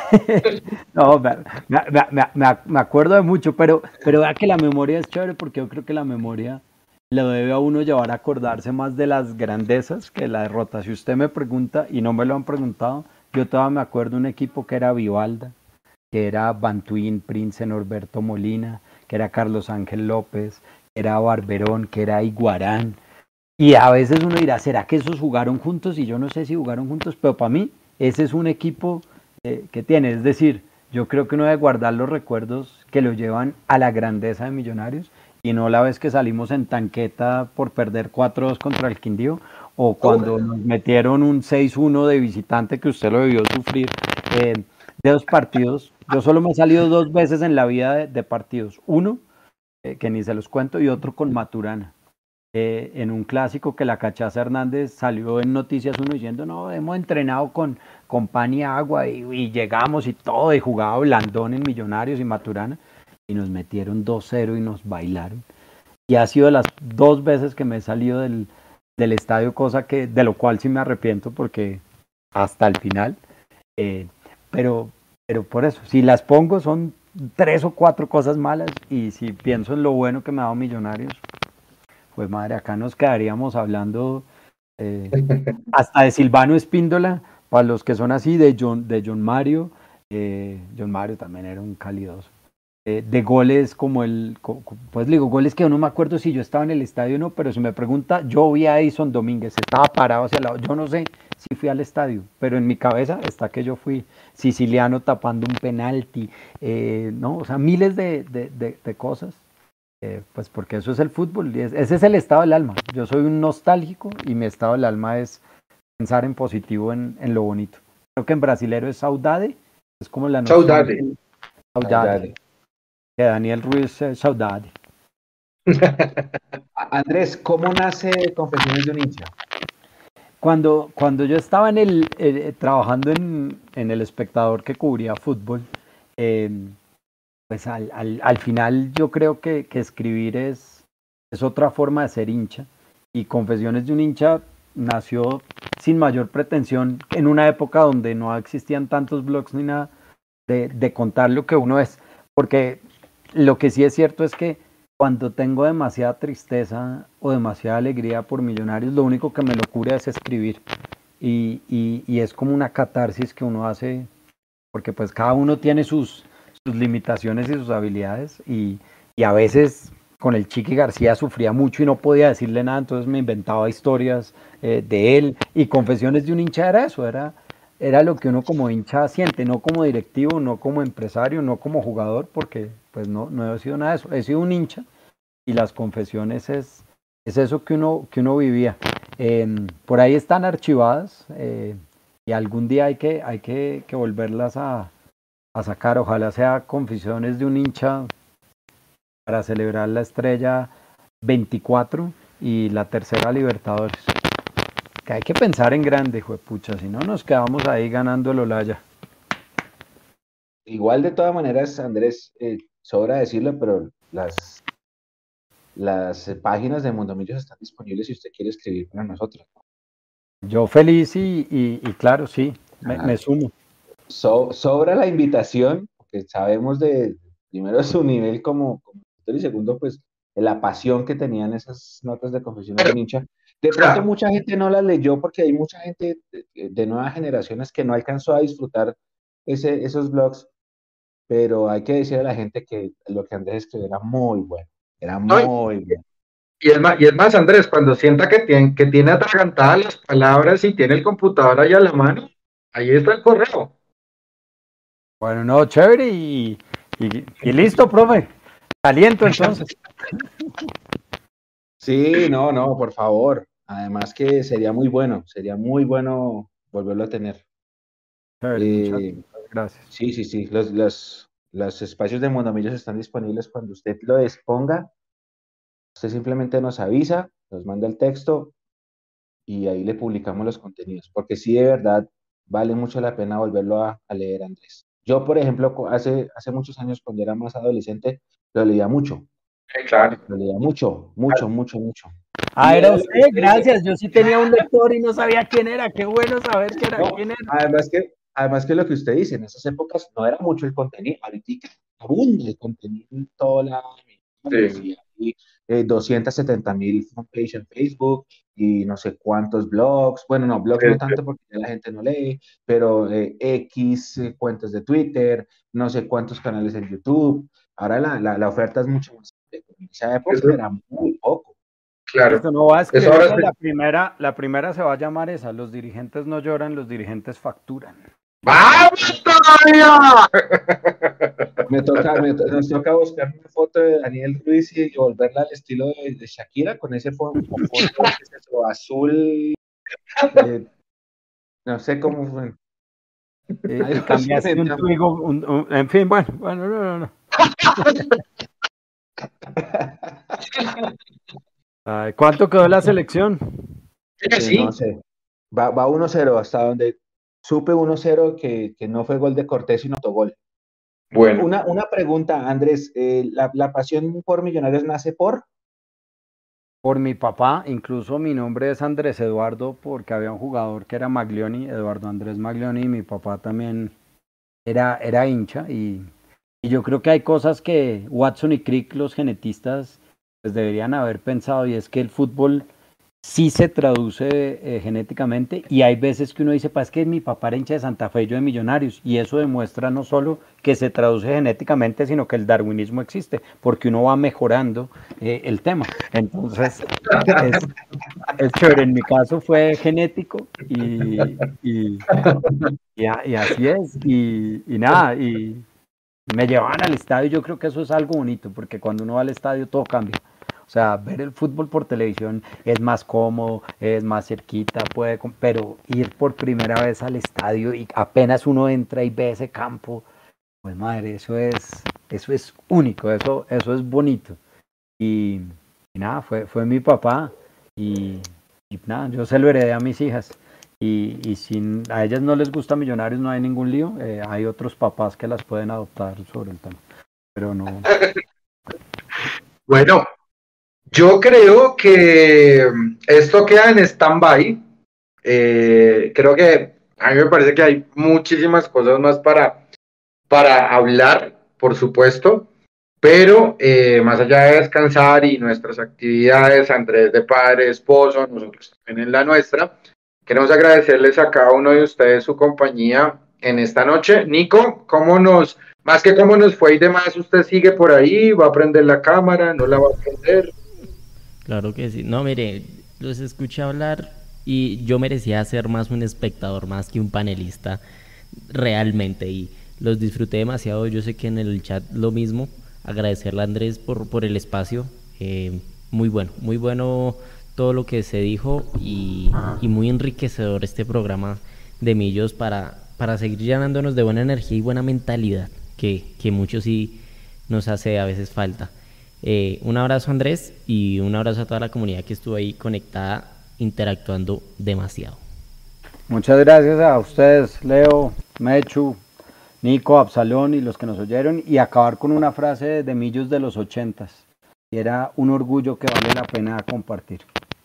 Speaker 4: No, me acuerdo de mucho, pero vea que la memoria es chévere, porque yo creo que la memoria le debe a uno llevar a acordarse más de las grandezas que la derrota. Si usted me pregunta, y no me lo han preguntado, yo todavía me acuerdo de un equipo que era Vivalda, que era Bantuín, Prince, Norberto Molina, que era Carlos Ángel López, que era Barberón, que era Iguarán. Y a veces uno dirá, ¿será que esos jugaron juntos? Y yo no sé si jugaron juntos, pero para mí ese es un equipo que tiene. Es decir, yo creo que uno debe guardar los recuerdos que lo llevan a la grandeza de Millonarios, y no la vez que salimos en tanqueta por perder 4-2 contra el Quindío, o cuando nos metieron un 6-1 de visitante, que usted lo debió sufrir. De dos partidos, yo solo me he salido 2 veces en la vida de partidos. Uno, que ni se los cuento, y otro con Maturana. En un clásico que la Cachaza Hernández salió en Noticias 1 diciendo, no, hemos entrenado con pan y agua, y llegamos y todo, y jugaba Blandón en Millonarios y Maturana, y nos metieron 2-0 y nos bailaron. Y ha sido las 2 veces que me he salido del estadio, cosa de lo cual sí me arrepiento, porque hasta el final, pero por eso, si las pongo son 3 o 4 cosas malas, y si pienso en lo bueno que me ha dado Millonarios, pues madre, acá nos quedaríamos hablando hasta de Silvano Espíndola, para los que son así, de John Mario. John Mario también era un calidoso. De goles como pues digo, goles que yo no me acuerdo si yo estaba en el estadio o no, pero si me pregunta, yo vi a Edison Domínguez, estaba parado hacia el lado, yo no sé si fui al estadio, pero en mi cabeza está que yo fui. Siciliano tapando un penalti, ¿no? O sea, miles de cosas. Pues porque eso es el fútbol, ese es el estado del alma. Yo soy un nostálgico, y mi estado del alma es pensar en positivo, en lo bonito. Creo que en brasilero es saudade, es como la noción. Saudade. Que Daniel Ruiz es saudade.
Speaker 3: Andrés, ¿cómo nace Confesiones de un hincha?
Speaker 4: Cuando yo estaba trabajando en El Espectador, que cubría fútbol, pues al final yo creo que escribir es otra forma de ser hincha, y Confesiones de un hincha nació sin mayor pretensión, en una época donde no existían tantos blogs ni nada, de contar lo que uno es, porque lo que sí es cierto es que cuando tengo demasiada tristeza o demasiada alegría por Millonarios, lo único que me lo cura es escribir. Y es como una catarsis que uno hace, porque pues cada uno tiene sus limitaciones y sus habilidades, y a veces con el Chiqui García sufría mucho y no podía decirle nada, entonces me inventaba historias de él, y Confesiones de un hincha era eso, era lo que uno como hincha siente, no como directivo, no como empresario, no como jugador, porque pues no he sido nada de eso, he sido un hincha, y las confesiones es eso que uno vivía. Por ahí están archivadas, y algún día hay que volverlas a sacar, ojalá sea Confesiones de un hincha para celebrar la estrella 24 y la tercera Libertadores. Que hay que pensar en grande, juepucha, si no nos quedamos ahí ganando el Olaya.
Speaker 3: Igual de todas maneras, Andrés, sobra decirlo, pero las páginas de Mundomillos están disponibles si usted quiere escribir para nosotros.
Speaker 4: Yo feliz y claro, sí, me sumo.
Speaker 3: Sobra la invitación, porque sabemos de, primero, su nivel como escritor, y segundo, pues, de la pasión que tenían esas notas de Confesiones de un hincha. De pronto mucha gente no las leyó porque hay mucha gente de nuevas generaciones que no alcanzó a disfrutar esos blogs, pero hay que decir a la gente que lo que Andrés escribió era muy bueno, era
Speaker 2: No,
Speaker 3: muy bueno.
Speaker 2: y es más, Andrés, cuando sienta que tiene atragantadas las palabras y tiene el computador ahí a la mano, ahí está el correo.
Speaker 4: Bueno, no, chévere y listo, profe. Aliento entonces.
Speaker 3: Sí, no, por favor. Además que sería muy bueno volverlo a tener.
Speaker 4: Chévere, muchas gracias.
Speaker 3: Sí. Los espacios de Monomillos están disponibles cuando usted lo disponga. Usted simplemente nos avisa, nos manda el texto y ahí le publicamos los contenidos. Porque sí, de verdad, vale mucho la pena volverlo a leer, Andrés. Yo, por ejemplo, hace muchos años, cuando era más adolescente, lo leía mucho.
Speaker 2: Sí, claro.
Speaker 3: Lo leía mucho.
Speaker 4: Ah,
Speaker 3: Y
Speaker 4: era
Speaker 3: era lo que
Speaker 4: usted,
Speaker 3: usted dice.
Speaker 4: gracias. Yo sí tenía un lector y no sabía quién era. Qué bueno saber
Speaker 3: No,
Speaker 4: quién era.
Speaker 3: además que lo que usted dice, en esas épocas no era mucho el contenido, ahorita abunda el contenido en toda la
Speaker 2: Sí.
Speaker 3: y hay 270.000 fanpage en Facebook y no sé cuántos blogs, bueno, no, blogs no tanto porque ya la gente no lee, pero X cuentas de Twitter, no sé cuántos canales en YouTube, ahora la oferta es mucho más, en esa época
Speaker 2: Eso,
Speaker 3: era muy poco.
Speaker 2: claro.
Speaker 4: Listo, no va a
Speaker 2: Eso ahora
Speaker 4: escribirle
Speaker 2: sí.
Speaker 4: la primera se va a llamar esa. Los dirigentes no lloran, los dirigentes facturan.
Speaker 2: ¡Vamos todavía!
Speaker 3: Nos toca buscar una foto de Daniel Ruiz y volverla al estilo de Shakira con ese fondo, ¿qué es eso? Azul, eh, no sé cómo fue.
Speaker 4: Y
Speaker 3: Algo así
Speaker 4: cambiaste un
Speaker 3: inventamos.
Speaker 4: Twigo, en fin, bueno, no. Ay, ¿cuánto quedó la selección?
Speaker 3: No
Speaker 2: Sí.
Speaker 3: sé. Va 1-0, hasta donde supe 1-0 que no fue gol de Cortés, sino autogol.
Speaker 2: Bueno.
Speaker 3: Una pregunta, Andrés, ¿la pasión por Millonarios nace por?
Speaker 4: Por mi papá, incluso mi nombre es Andrés Eduardo porque había un jugador que era Maglioni, Eduardo Andrés Maglioni, y mi papá también era hincha y yo creo que hay cosas que Watson y Crick, los genetistas, pues deberían haber pensado y es que el fútbol sí se traduce genéticamente y hay veces que uno dice, es que mi papá era hincha de Santa Fe y yo de Millonarios y eso demuestra no solo que se traduce genéticamente, sino que el darwinismo existe, porque uno va mejorando el tema. Entonces, es chévere, en mi caso fue genético y así es, y nada, y me llevaban al estadio, yo creo que eso es algo bonito, porque cuando uno va al estadio todo cambia. O sea, ver el fútbol por televisión es más cómodo, es más cerquita, pero ir por primera vez al estadio y apenas uno entra y ve ese campo, pues madre, eso es único, eso es bonito. Y nada, fue mi papá y nada, yo se lo heredé a mis hijas. Y si a ellas no les gusta Millonarios, no hay ningún lío. Hay otros papás que las pueden adoptar sobre el tema. Pero no.
Speaker 2: Bueno, yo creo que esto queda en stand-by. Creo que a mí me parece que hay muchísimas cosas más para hablar. por supuesto, pero más allá de descansar y nuestras actividades, Andrés de padre, esposo, nosotros también en la nuestra, queremos agradecerles a cada uno de ustedes su compañía en esta noche. Nico, más que cómo nos fue y demás, usted sigue por ahí, va a prender la cámara, no la va a prender?
Speaker 1: Claro que sí. No, mire, los escuché hablar y yo merecía ser más un espectador más que un panelista realmente y los disfruté demasiado. Yo sé que en el chat lo mismo. Agradecerle a Andrés por el espacio. Muy bueno todo lo que se dijo y muy enriquecedor este programa de Millos para seguir llenándonos de buena energía y buena mentalidad, que mucho sí nos hace a veces falta. Un abrazo Andrés y un abrazo a toda la comunidad que estuvo ahí conectada, interactuando demasiado.
Speaker 4: Muchas gracias a ustedes, Leo, Mechu, Nico, Absalón y los que nos oyeron, y acabar con una frase de Millos de los 80s, y era un orgullo que vale la pena compartir.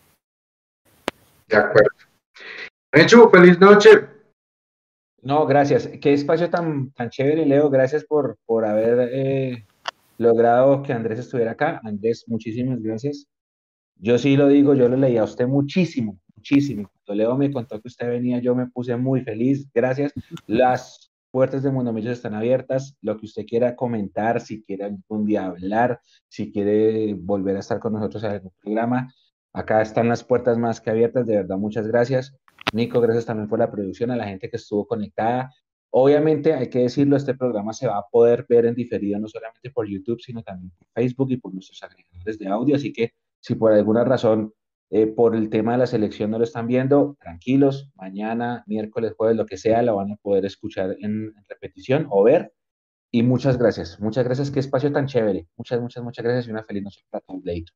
Speaker 2: De acuerdo. Mechu, feliz noche.
Speaker 3: No, gracias. Qué espacio tan chévere, Leo. Gracias por haber logrado que Andrés estuviera acá. Andrés, muchísimas gracias. Yo sí lo digo, yo lo leí a usted muchísimo, muchísimo. Cuando Leo me contó que usted venía, yo me puse muy feliz. Gracias. Las puertas de Mundo Millos están abiertas. Lo que usted quiera comentar, si quiere algún día hablar, si quiere volver a estar con nosotros en algún programa, acá están las puertas más que abiertas. De verdad, muchas gracias. Nico, gracias también por la producción, a la gente que estuvo conectada. Obviamente, hay que decirlo, este programa se va a poder ver en diferido no solamente por YouTube, sino también por Facebook y por nuestros agregadores de audio. Así que si por alguna razón, por el tema de la selección no lo están viendo, tranquilos, mañana, miércoles, jueves, lo que sea, lo van a poder escuchar en repetición o ver. Y muchas gracias, qué espacio tan chévere. Muchas gracias y una feliz noche para todos, Leito.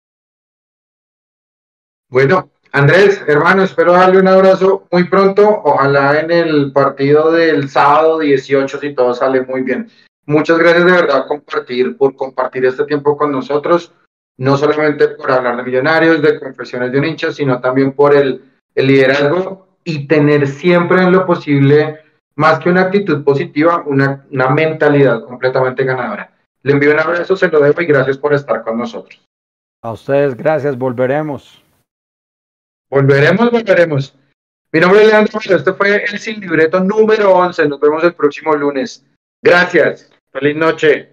Speaker 2: Bueno, Andrés, hermano, espero darle un abrazo muy pronto. Ojalá en el partido del sábado 18, si todo sale muy bien. Muchas gracias de verdad por compartir este tiempo con nosotros, no solamente por hablar de Millonarios, de Confesiones de un hincha, sino también por el liderazgo y tener siempre en lo posible, más que una actitud positiva, una mentalidad completamente ganadora. Le envío un abrazo, se lo dejo y gracias por estar con nosotros.
Speaker 4: A ustedes, gracias, volveremos.
Speaker 2: Volveremos. Mi nombre es Leandro, este fue el Sin Libreto número 11. Nos vemos el próximo lunes. Gracias. Feliz noche.